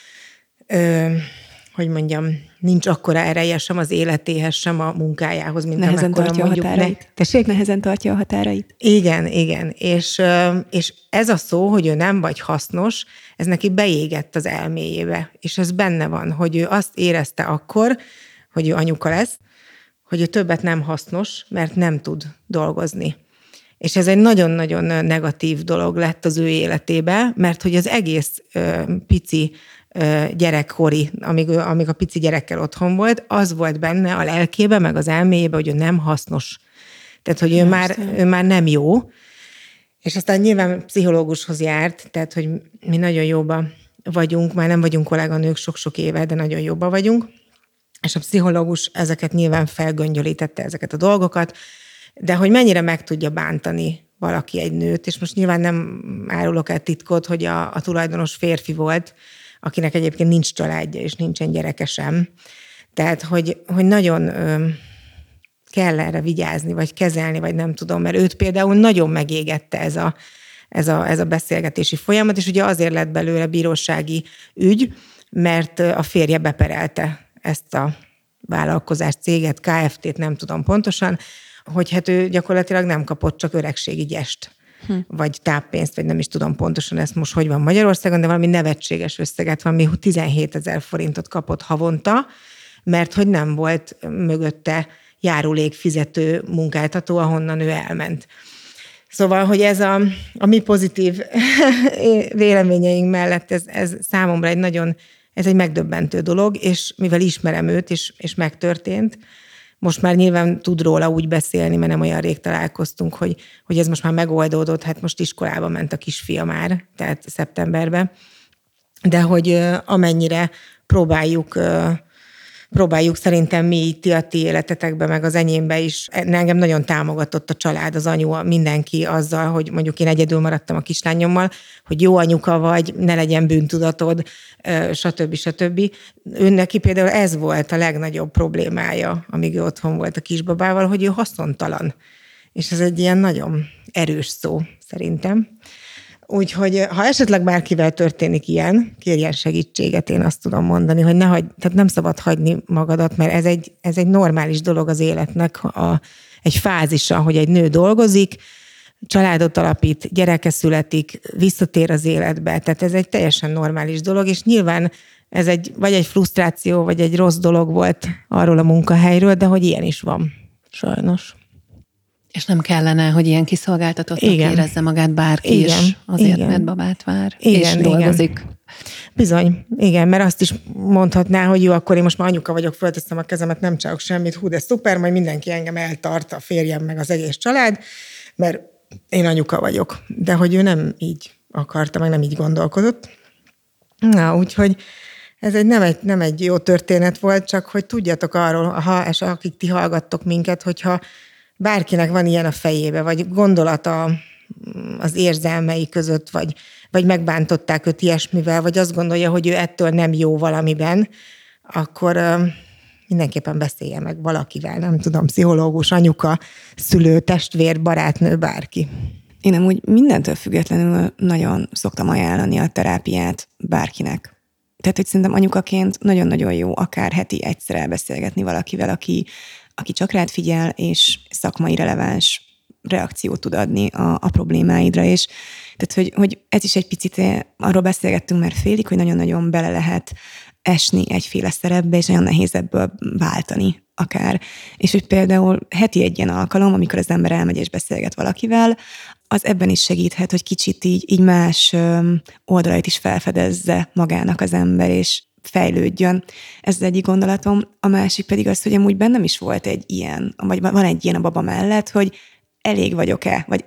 hogy mondjam, nincs akkora ereje sem az életéhez, sem a munkájához, mint nehezen tartja a határait. Tessék, nehezen tartja a határait. Igen. És ez a szó, hogy ő nem vagy hasznos, ez neki beégett az elméjébe. És ez benne van, hogy ő azt érezte akkor, hogy ő anyuka lesz, hogy ő többet nem hasznos, mert nem tud dolgozni. És ez egy nagyon-nagyon negatív dolog lett az ő életébe, mert hogy az egész pici gyerekkori, amíg a pici gyerekkel otthon volt, az volt benne a lelkébe, meg az elméjébe, hogy ő nem hasznos. Tehát, hogy ő már nem jó. És aztán nyilván pszichológushoz járt, tehát, hogy mi nagyon jóba vagyunk, már nem vagyunk kolléganők sok-sok éve, de nagyon jóba vagyunk. És a pszichológus ezeket nyilván felgöngyölítette, ezeket a dolgokat, de hogy mennyire meg tudja bántani valaki egy nőt, és most nyilván nem árulok el titkot, hogy a tulajdonos férfi volt, akinek egyébként nincs családja, és nincsen gyereke sem. Tehát, hogy nagyon kell erre vigyázni, vagy kezelni, vagy nem tudom, mert őt például nagyon megégette ez a beszélgetési folyamat, és ugye azért lett belőle bírósági ügy, mert a férje beperelte ezt a vállalkozás céget, KFT-t, nem tudom pontosan, hogy hát ő gyakorlatilag nem kapott csak öregségi gyest, vagy táppénzt, vagy nem is tudom pontosan ezt most hogy van Magyarországon, de valami nevetséges összeget, valami 17 000 forintot kapott havonta, mert hogy nem volt mögötte járulékfizető munkáltató, ahonnan ő elment. Szóval, hogy ez a mi pozitív véleményeink mellett ez számomra ez egy megdöbbentő dolog, és mivel ismerem őt, és megtörtént, most már nyilván tud róla úgy beszélni, mert nem olyan rég találkoztunk, hogy ez most már megoldódott, hát most iskolába ment a kisfia már, tehát szeptemberben, de hogy amennyire próbáljuk szerintem mi itt a ti életetekben, meg az enyémbe is. Engem nagyon támogatott a család, az anyu, mindenki azzal, hogy mondjuk én egyedül maradtam a kislányommal, hogy jó anyuka vagy, ne legyen bűntudatod, stb. Ő neki például ez volt a legnagyobb problémája, amíg ő otthon volt a kisbabával, hogy ő haszontalan. És ez egy ilyen nagyon erős szó szerintem. Úgyhogy ha esetleg bárkivel történik ilyen, kérjen segítséget, én azt tudom mondani, hogy tehát nem szabad hagyni magadat, mert ez egy normális dolog az életnek, egy fázisa, hogy egy nő dolgozik, családot alapít, gyereke születik, visszatér az életbe, tehát ez egy teljesen normális dolog, és nyilván ez vagy egy frusztráció, vagy egy rossz dolog volt arról a munkahelyről, de hogy ilyen is van, sajnos. És nem kellene, hogy ilyen kiszolgáltatottnak érezze magát bárki is, azért, mert babát vár, és dolgozik. Bizony, igen, mert azt is mondhatná, hogy jó, akkor én most már anyuka vagyok, fölteszem a kezemet, nem csinálok semmit, hú, de szuper, majd mindenki engem eltart, a férjem, meg az egész család, mert én anyuka vagyok. De hogy ő nem így akarta, meg nem így gondolkodott. Na, úgyhogy ez nem egy jó történet volt, csak hogy tudjatok arról, és akik ti hallgattok minket, hogyha bárkinek van ilyen a fejébe, vagy gondolata az érzelmei között, vagy megbántották őt ilyesmivel, vagy azt gondolja, hogy ő ettől nem jó valamiben, akkor mindenképpen beszélje meg valakivel, nem tudom, pszichológus, anyuka, szülő, testvér, barátnő, bárki. Én amúgy mindentől függetlenül nagyon szoktam ajánlani a terápiát bárkinek. Tehát, hogy szerintem anyukaként nagyon-nagyon jó akár heti egyszer elbeszélgetni valakivel, aki csak rád figyel, és szakmai releváns reakciót tud adni a problémáidra, és tehát, hogy ez is egy picit, arról beszélgettünk már félig, hogy nagyon-nagyon bele lehet esni egyféle szerepbe, és nagyon nehéz ebből váltani akár. És hogy például heti egy ilyen alkalom, amikor az ember elmegy és beszélget valakivel, az ebben is segíthet, hogy kicsit így más oldalait is felfedezze magának az ember, és fejlődjön. Ez az egyik gondolatom. A másik pedig az, hogy amúgy bennem is volt egy ilyen, vagy van egy ilyen a baba mellett, hogy elég vagyok-e, vagy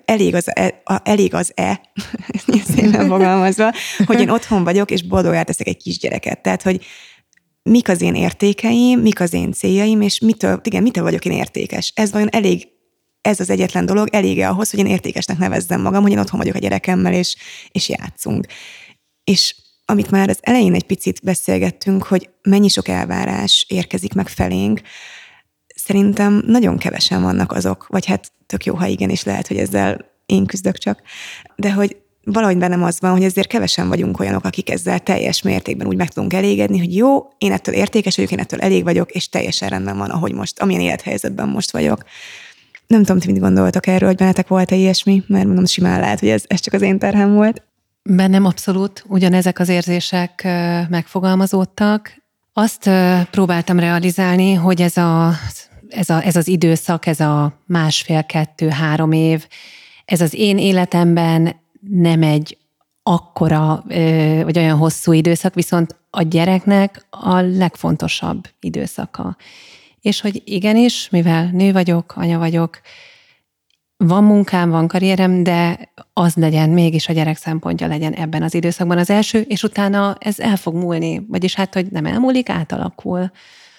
elég az-e, szépen fogalmazva, hogy én otthon vagyok, és boldoggá teszek egy kisgyereket. Tehát, hogy mik az én értékeim, mik az én céljaim, és mitől vagyok én értékes. Ez vajon elég, ez az egyetlen dolog, elég-e ahhoz, hogy én értékesnek nevezzem magam, hogy én otthon vagyok a gyerekemmel, és játszunk. És amit már az elején egy picit beszélgettünk, hogy mennyi sok elvárás érkezik meg felénk, szerintem nagyon kevesen vannak azok, vagy hát tök jó, ha igen, és lehet, hogy ezzel én küzdök csak, de hogy valahogy bennem az van, hogy ezért kevesen vagyunk olyanok, akik ezzel teljes mértékben úgy meg tudunk elégedni, hogy jó, én ettől értékes vagyok, én ettől elég vagyok, és teljesen rendben van, ahogy most, amilyen élethelyzetben most vagyok. Nem tudom, ti mit gondoltak erről, hogy bennetek volt-e ilyesmi, mert mondom, simán lehet, hogy ez csak az én terhem volt. Bennem abszolút ugyanezek az érzések megfogalmazódtak. Azt próbáltam realizálni, hogy ez az időszak, ez a 1,5-2-3 év, ez az én életemben nem egy akkora, vagy olyan hosszú időszak, viszont a gyereknek a legfontosabb időszaka. És hogy igenis, mivel nő vagyok, anya vagyok, van munkám, van karrierem, de az legyen, mégis a gyerek szempontja legyen ebben az időszakban az első, és utána ez el fog múlni. Vagyis hát, hogy nem elmúlik, átalakul.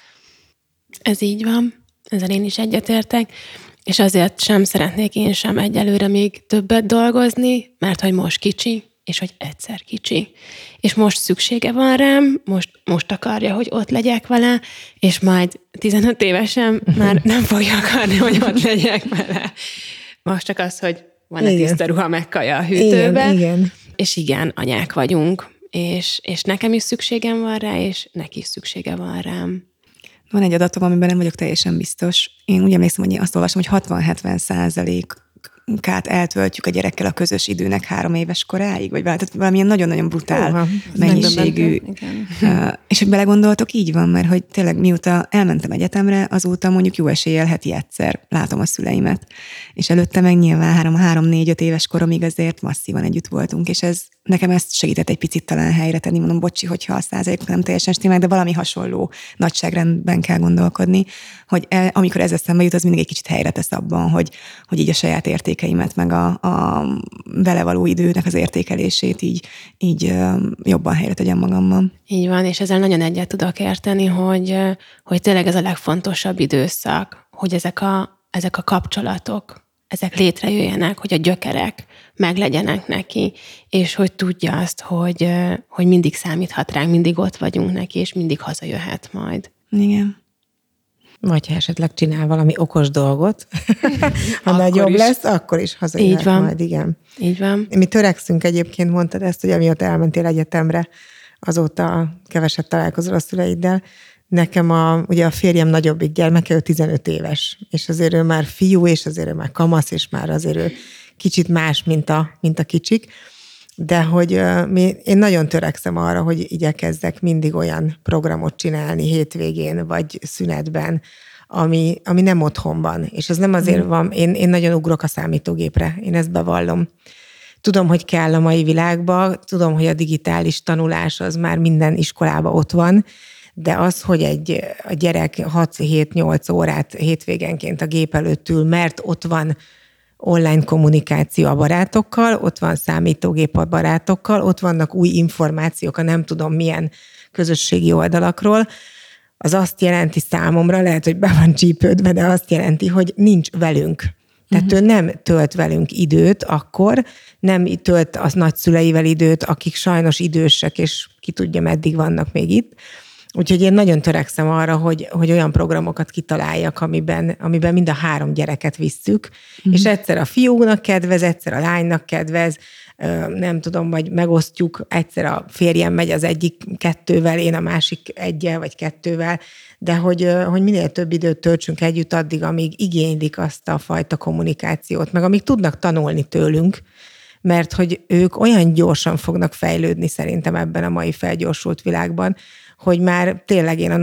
Ez így van. Ezzel én is egyetértek. És azért sem szeretnék én sem egyelőre még többet dolgozni, mert hogy most kicsi, és hogy egyszer kicsi. És most szüksége van rám, most akarja, hogy ott legyek vele, és majd 15 évesen már nem fogja akarni, hogy ott legyek vele. Most csak az, hogy van-e tiszta ruha, meg kaja a hűtőbe. Igen. És igen, anyák vagyunk, és nekem is szükségem van rá, és neki is szüksége van rám. Van egy adatom, amiben nem vagyok teljesen biztos. Én úgy emlékszem, hogy azt olvasom, hogy 60-70% éjszakát eltöltjük a gyerekkel a közös időnek 3 éves koráig, vagy valamilyen nagyon-nagyon brutál mennyiségű. És hogy belegondoltok, így van, mert hogy tényleg mióta elmentem egyetemre, azóta mondjuk jó eséllyel heti egyszer látom a szüleimet. És előtte meg nyilván 3-4-5 éves koromig azért masszívan együtt voltunk, és nekem ezt segített egy picit talán helyre tenni, mondom, bocsi, hogyha a 100% nem teljesen stimmel, de valami hasonló nagyságrendben kell gondolkodni, hogy amikor ez eszembe jut, az mindig egy kicsit helyre tesz abban, hogy így a saját értékeimet, meg a vele való időnek az értékelését így jobban helyre tegyem magamban. Így van, és ezzel nagyon egyet tudok érteni, hogy tényleg ez a legfontosabb időszak, hogy ezek a kapcsolatok, ezek létrejöjjenek, hogy a gyökerek meglegyenek neki, és hogy tudja azt, hogy mindig számíthat ránk, mindig ott vagyunk neki, és mindig hazajöhet majd. Igen. Vagy ha esetleg csinál valami okos dolgot, ha nagyobb lesz, akkor is hazajöhet majd, igen. Így van. Mi törekszünk egyébként, mondtad ezt, hogy amióta elmentél egyetemre, azóta keveset találkozol a szüleiddel. Nekem ugye a férjem nagyobbik gyermeke, ő 15 éves, és azért ő már fiú, és azért ő már kamasz, és már azért ő kicsit más, mint a kicsik. De hogy én nagyon törekszem arra, hogy igyekezzek mindig olyan programot csinálni hétvégén, vagy szünetben, ami nem otthonban. És ez nem azért van, én nagyon ugrok a számítógépre, én ezt bevallom. Tudom, hogy kell a mai világba, tudom, hogy a digitális tanulás az már minden iskolában ott van, de az, hogy a gyerek 6-7-8 órát hétvégenként a gép előtt ül, mert ott van online kommunikáció a barátokkal, ott van számítógép a barátokkal, ott vannak új információk a nem tudom milyen közösségi oldalakról, az azt jelenti számomra, lehet, hogy be van csípődve, de azt jelenti, hogy nincs velünk. Tehát ő nem tölt velünk időt akkor, nem tölt az nagyszüleivel időt, akik sajnos idősek, és ki tudja, meddig vannak még itt. Úgyhogy én nagyon törekszem arra, hogy olyan programokat kitaláljak, amiben mind a 3 gyereket visszük, és egyszer a fiúnak kedvez, egyszer a lánynak kedvez, nem tudom, vagy megosztjuk, egyszer a férjem megy az egyik 2-vel, én a másik 1-jel vagy 2-vel, de hogy minél több időt töltsünk együtt addig, amíg igénylik azt a fajta kommunikációt, meg amíg tudnak tanulni tőlünk, mert hogy ők olyan gyorsan fognak fejlődni szerintem ebben a mai felgyorsult világban, hogy már tényleg én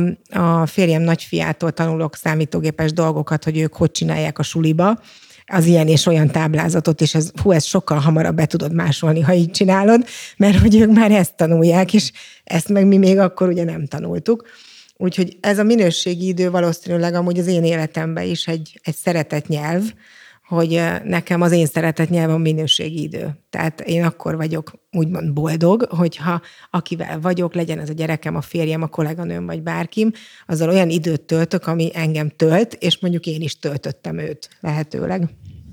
a férjem nagyfiától tanulok számítógépes dolgokat, hogy ők hogy csinálják a suliba, az ilyen és olyan táblázatot, és ezt sokkal hamarabb be tudod másolni, ha így csinálod, mert hogy ők már ezt tanulják, és ezt meg mi még akkor ugye nem tanultuk. Úgyhogy ez a minőségi idő valószínűleg amúgy az én életemben is egy szeretett nyelv, hogy nekem az én szeretett nyelvem minőségi idő. Tehát én akkor vagyok úgymond boldog, hogyha akivel vagyok, legyen ez a gyerekem, a férjem, a kolléganőm vagy bárkim, azzal olyan időt töltök, ami engem tölt, és mondjuk én is töltöttem őt lehetőleg.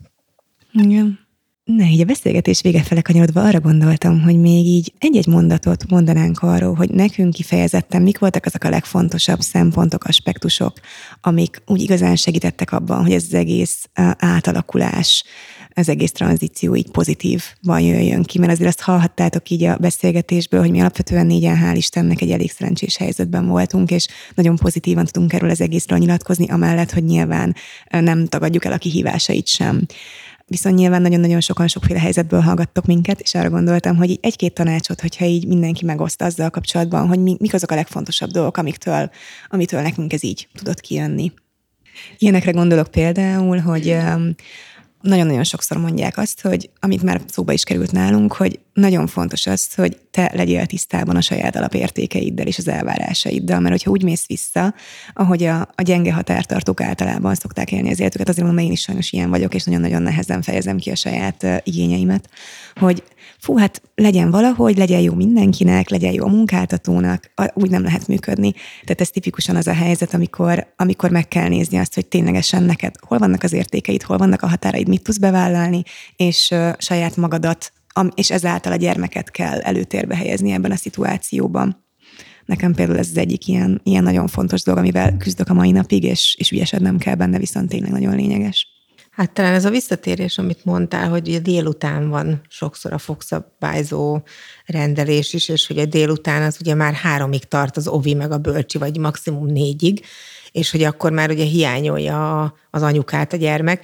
Igen. Na, így a beszélgetés vége fele kanyarodva arra gondoltam, hogy még így egy-egy mondatot mondanánk arról, hogy nekünk kifejezetten mik voltak azok a legfontosabb szempontok, aspektusok, amik úgy igazán segítettek abban, hogy ez az egész átalakulás, az egész tranzíció így pozitívban jöjjön ki, mert azért azt hallhattátok így a beszélgetésből, hogy mi alapvetően 4-en, hál' Istennek, egy elég szerencsés helyzetben voltunk, és nagyon pozitívan tudunk erről az egészről nyilatkozni, amellett, hogy nyilván nem tagadjuk el a kihívásait sem. Viszont nyilván nagyon-nagyon sokan sokféle helyzetből hallgattok minket, és arra gondoltam, hogy így 1-2 tanácsot, hogyha így mindenki megoszt azzal kapcsolatban, hogy mik azok a legfontosabb dolgok, amitől nekünk ez így tudott kijönni. Ilyenekre gondolok például, hogy nagyon-nagyon sokszor mondják azt, hogy amit már szóba is került nálunk, hogy nagyon fontos az, hogy te legyél tisztában a saját alapértékeiddel és az elvárásaiddal, mert hogyha úgy mész vissza, ahogy a gyenge határtartók általában szokták élni az életüket, azért mondom, én is sajnos ilyen vagyok, és nagyon-nagyon nehezen fejezem ki a saját igényeimet, hogy hát legyen valahogy, legyen jó mindenkinek, legyen jó a munkáltatónak, úgy nem lehet működni. Tehát ez tipikusan az a helyzet, amikor meg kell nézni azt, hogy ténylegesen neked hol vannak az értékeid, hol vannak a határaid, mit tudsz bevállalni, és saját magadat, és ezáltal a gyermeket kell előtérbe helyezni ebben a szituációban. Nekem például ez az egyik ilyen nagyon fontos dolog, amivel küzdök a mai napig, és ügyesednem kell benne, viszont tényleg nagyon lényeges. Hát talán ez a visszatérés, amit mondtál, hogy ugye délután van sokszor a fogszabályzó rendelés is, és hogy a délután az ugye már 3-ig tart az ovi meg a bölcsi, vagy maximum 4-ig, és hogy akkor már ugye hiányolja az anyukát a gyermek.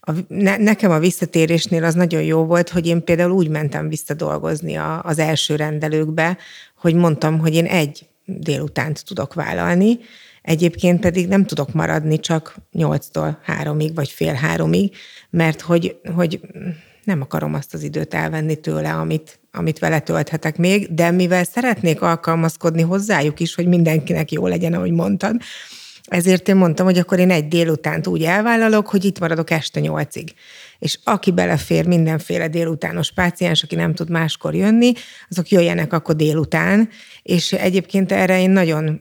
nekem a visszatérésnél az nagyon jó volt, hogy én például úgy mentem visszadolgozni az első rendelőkbe, hogy mondtam, hogy én egy délutánt tudok vállalni, egyébként pedig nem tudok maradni csak 8-tól 3-ig, vagy fél 3-ig, mert hogy nem akarom azt az időt elvenni tőle, amit vele tölthetek még, de mivel szeretnék alkalmazkodni hozzájuk is, hogy mindenkinek jó legyen, ahogy mondtad, ezért én mondtam, hogy akkor én egy délutánt úgy elvállalok, hogy itt maradok este 8-ig. És aki belefér, mindenféle délutános páciens, aki nem tud máskor jönni, azok jöjjenek akkor délután, és egyébként erre én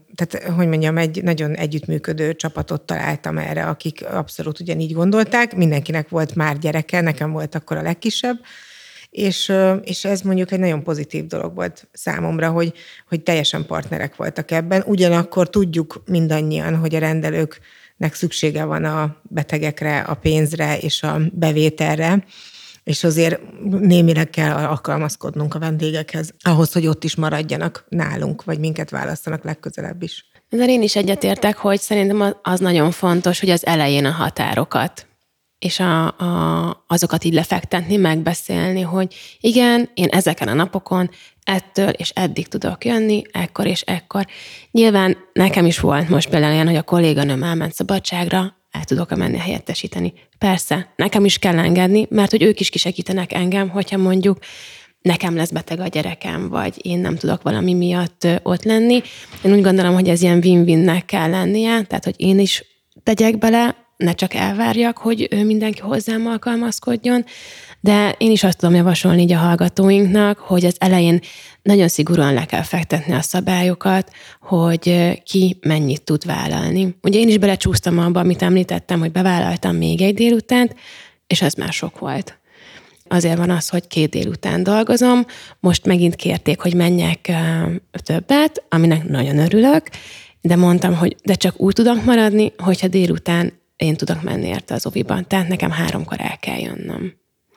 egy nagyon együttműködő csapatot találtam erre, akik abszolút ugyanígy gondolták, mindenkinek volt már gyereke, nekem volt akkor a legkisebb, és ez mondjuk egy nagyon pozitív dolog volt számomra, hogy teljesen partnerek voltak ebben. Ugyanakkor tudjuk mindannyian, hogy a rendelőknek szüksége van a betegekre, a pénzre és a bevételre, és azért némileg kell alkalmazkodnunk a vendégekhez, ahhoz, hogy ott is maradjanak nálunk, vagy minket választanak legközelebb is. Ezzel én is egyetértek, hogy szerintem az nagyon fontos, hogy az elején a határokat és azokat így lefektetni, megbeszélni, hogy igen, én ezeken a napokon ettől és eddig tudok jönni, ekkor és ekkor. Nyilván nekem is volt most például olyan, hogy a kolléganőm elment szabadságra, el tudok menni helyettesíteni. Persze, nekem is kell engedni, mert hogy ők is kisegítenek engem, hogyha mondjuk nekem lesz beteg a gyerekem, vagy én nem tudok valami miatt ott lenni. Én úgy gondolom, hogy ez ilyen win-winnek kell lennie, tehát hogy én is tegyek bele, ne csak elvárjak, hogy mindenki hozzám alkalmazkodjon, de én is azt tudom javasolni így a hallgatóinknak, hogy az elején nagyon szigorúan le kell fektetni a szabályokat, hogy ki mennyit tud vállalni. Ugye én is belecsúsztam abba, amit említettem, hogy bevállaltam még egy délutánt, és ez már sok volt. Azért van az, hogy 2 délután dolgozom, most megint kérték, hogy menjek többet, aminek nagyon örülök, de mondtam, hogy de csak úgy tudok maradni, hogyha délután én tudok menni érte az oviban. Tehát nekem 3-kor el kell jönnöm.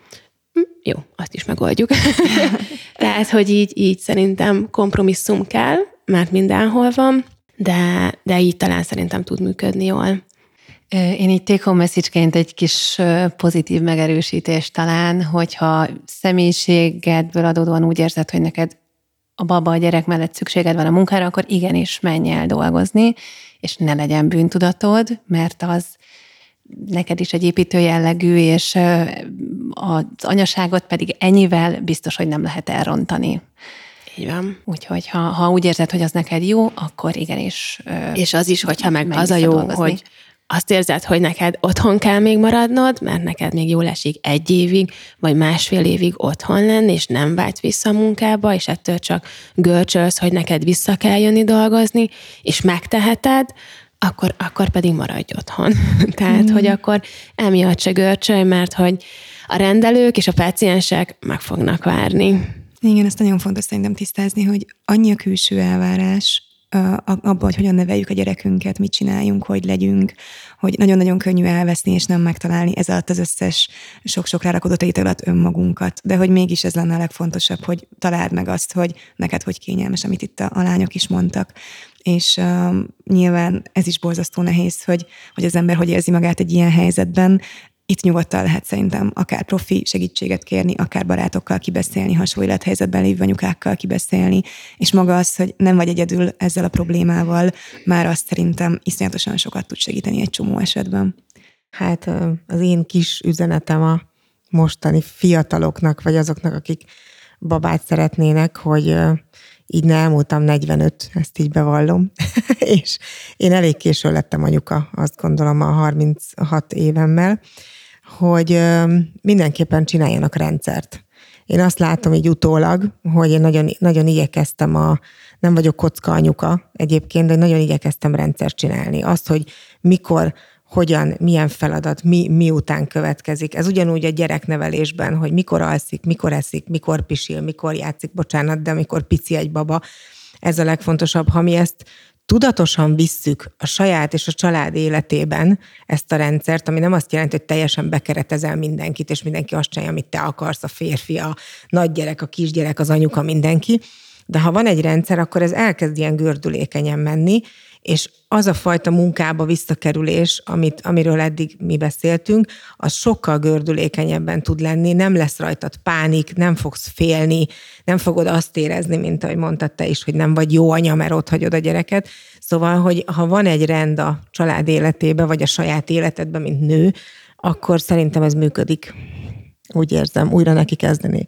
Jó, azt is megoldjuk. Tehát, hogy így szerintem kompromisszum kell, mert mindenhol van, de így talán szerintem tud működni jól. Én így take-home message-ként egy kis pozitív megerősítés talán, hogyha személyiségedből adódóan úgy érzed, hogy neked a baba, a gyerek mellett szükséged van a munkára, akkor igenis menj el dolgozni, és ne legyen bűntudatod, mert az neked is egy építő jellegű, és az anyaságot pedig ennyivel biztos, hogy nem lehet elrontani. Így van. Úgyhogy ha úgy érzed, hogy az neked jó, akkor igenis. És az is, hogyha meg az a jó, dolgozni. Hogy azt érzed, hogy neked otthon kell még maradnod, mert neked még jól esik 1 évig, vagy 1,5 évig otthon lenni, és nem vágysz vissza a munkába, és ettől csak görcsölsz, hogy neked vissza kell jönni dolgozni, és megteheted, akkor pedig maradj otthon. Tehát, hogy akkor emiatt se görcsölj, mert hogy a rendelők és a páciensek meg fognak várni. Igen, ezt nagyon fontos szerintem tisztázni, hogy annyi a külső elvárás abban, hogy hogyan neveljük a gyerekünket, mit csináljunk, hogy legyünk, hogy nagyon-nagyon könnyű elveszni és nem megtalálni ez alatt az összes sok-sok rárakodott tétel alatt önmagunkat. De hogy mégis ez lenne a legfontosabb, hogy találd meg azt, hogy neked hogy kényelmes, amit itt a lányok is mondtak. És nyilván ez is borzasztó nehéz, hogy az ember hogy érzi magát egy ilyen helyzetben. Itt nyugodtan lehet szerintem akár profi segítséget kérni, akár barátokkal kibeszélni, hasonló élethelyzetben lévő anyukákkal kibeszélni, és maga az, hogy nem vagy egyedül ezzel a problémával, már azt szerintem iszonyatosan sokat tud segíteni egy csomó esetben. Hát az én kis üzenetem a mostani fiataloknak, vagy azoknak, akik babát szeretnének, hogy így ne elmúltam 45, ezt így bevallom, és én elég későn lettem anyuka, azt gondolom a 36 évemmel, hogy mindenképpen csináljanak rendszert. Én azt látom így utólag, hogy én nagyon, nagyon igyekeztem nem vagyok kocka anyuka egyébként, de nagyon igyekeztem rendszert csinálni. Azt, hogy mikor, hogyan, milyen feladat, mi után következik. Ez ugyanúgy a gyereknevelésben, hogy mikor alszik, mikor eszik, mikor pisil, mikor játszik, bocsánat, de amikor pici egy baba. Ez a legfontosabb, ha mi ezt tudatosan visszük a saját és a család életében ezt a rendszert, ami nem azt jelenti, hogy teljesen bekeretezel mindenkit, és mindenki azt csinálja, amit te akarsz, a férfi, a nagygyerek, a kisgyerek, az anyuka, mindenki, De ha van egy rendszer, akkor ez elkezd ilyen gördülékenyen menni, és az a fajta munkába visszakerülés, amiről eddig mi beszéltünk, az sokkal gördülékenyebben tud lenni, nem lesz rajtad pánik, nem fogsz félni, nem fogod azt érezni, mint ahogy mondtad te is, hogy nem vagy jó anya, mert ott hagyod a gyereket. Szóval, hogy ha van egy rend a család életében, vagy a saját életedben, mint nő, akkor szerintem ez működik. Úgy érzem, újra neki kezdenék.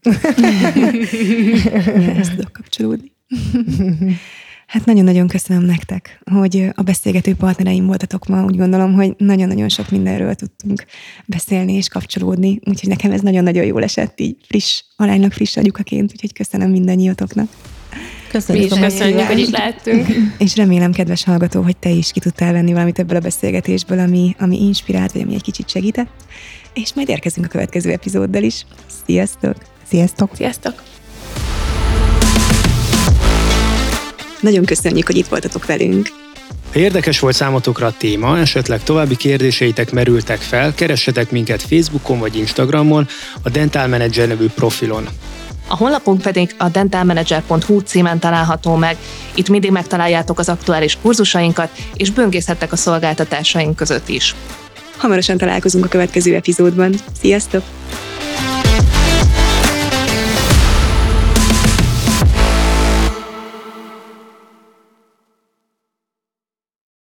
Ezt tudok kapcsolódni. Hát nagyon-nagyon köszönöm nektek, hogy a beszélgető partnereim voltatok ma. Úgy gondolom, hogy nagyon-nagyon sok mindenről tudtunk beszélni és kapcsolódni, úgyhogy nekem ez nagyon-nagyon jól esett, így aránylag friss agyukaként, úgyhogy köszönöm mindannyiótoknak. Köszönjük, hogy itt lehettünk. És remélem, kedves hallgató, hogy te is ki tudtál venni valamit ebből a beszélgetésből, ami inspirált, vagy ami egy kicsit segített. És majd érkezünk a következő epizóddal is. Sziasztok! Sziasztok! Sziasztok! Nagyon köszönjük, hogy itt voltatok velünk. Ha érdekes volt számotokra a téma, esetleg további kérdéseitek merültek fel, keressetek minket Facebookon vagy Instagramon, a Dental Manager nevű profilon. A honlapunk pedig a dentalmanager.hu címen található meg. Itt mindig megtaláljátok az aktuális kurzusainkat, és böngészhettek a szolgáltatásaink között is. Hamarosan találkozunk a következő epizódban. Sziasztok!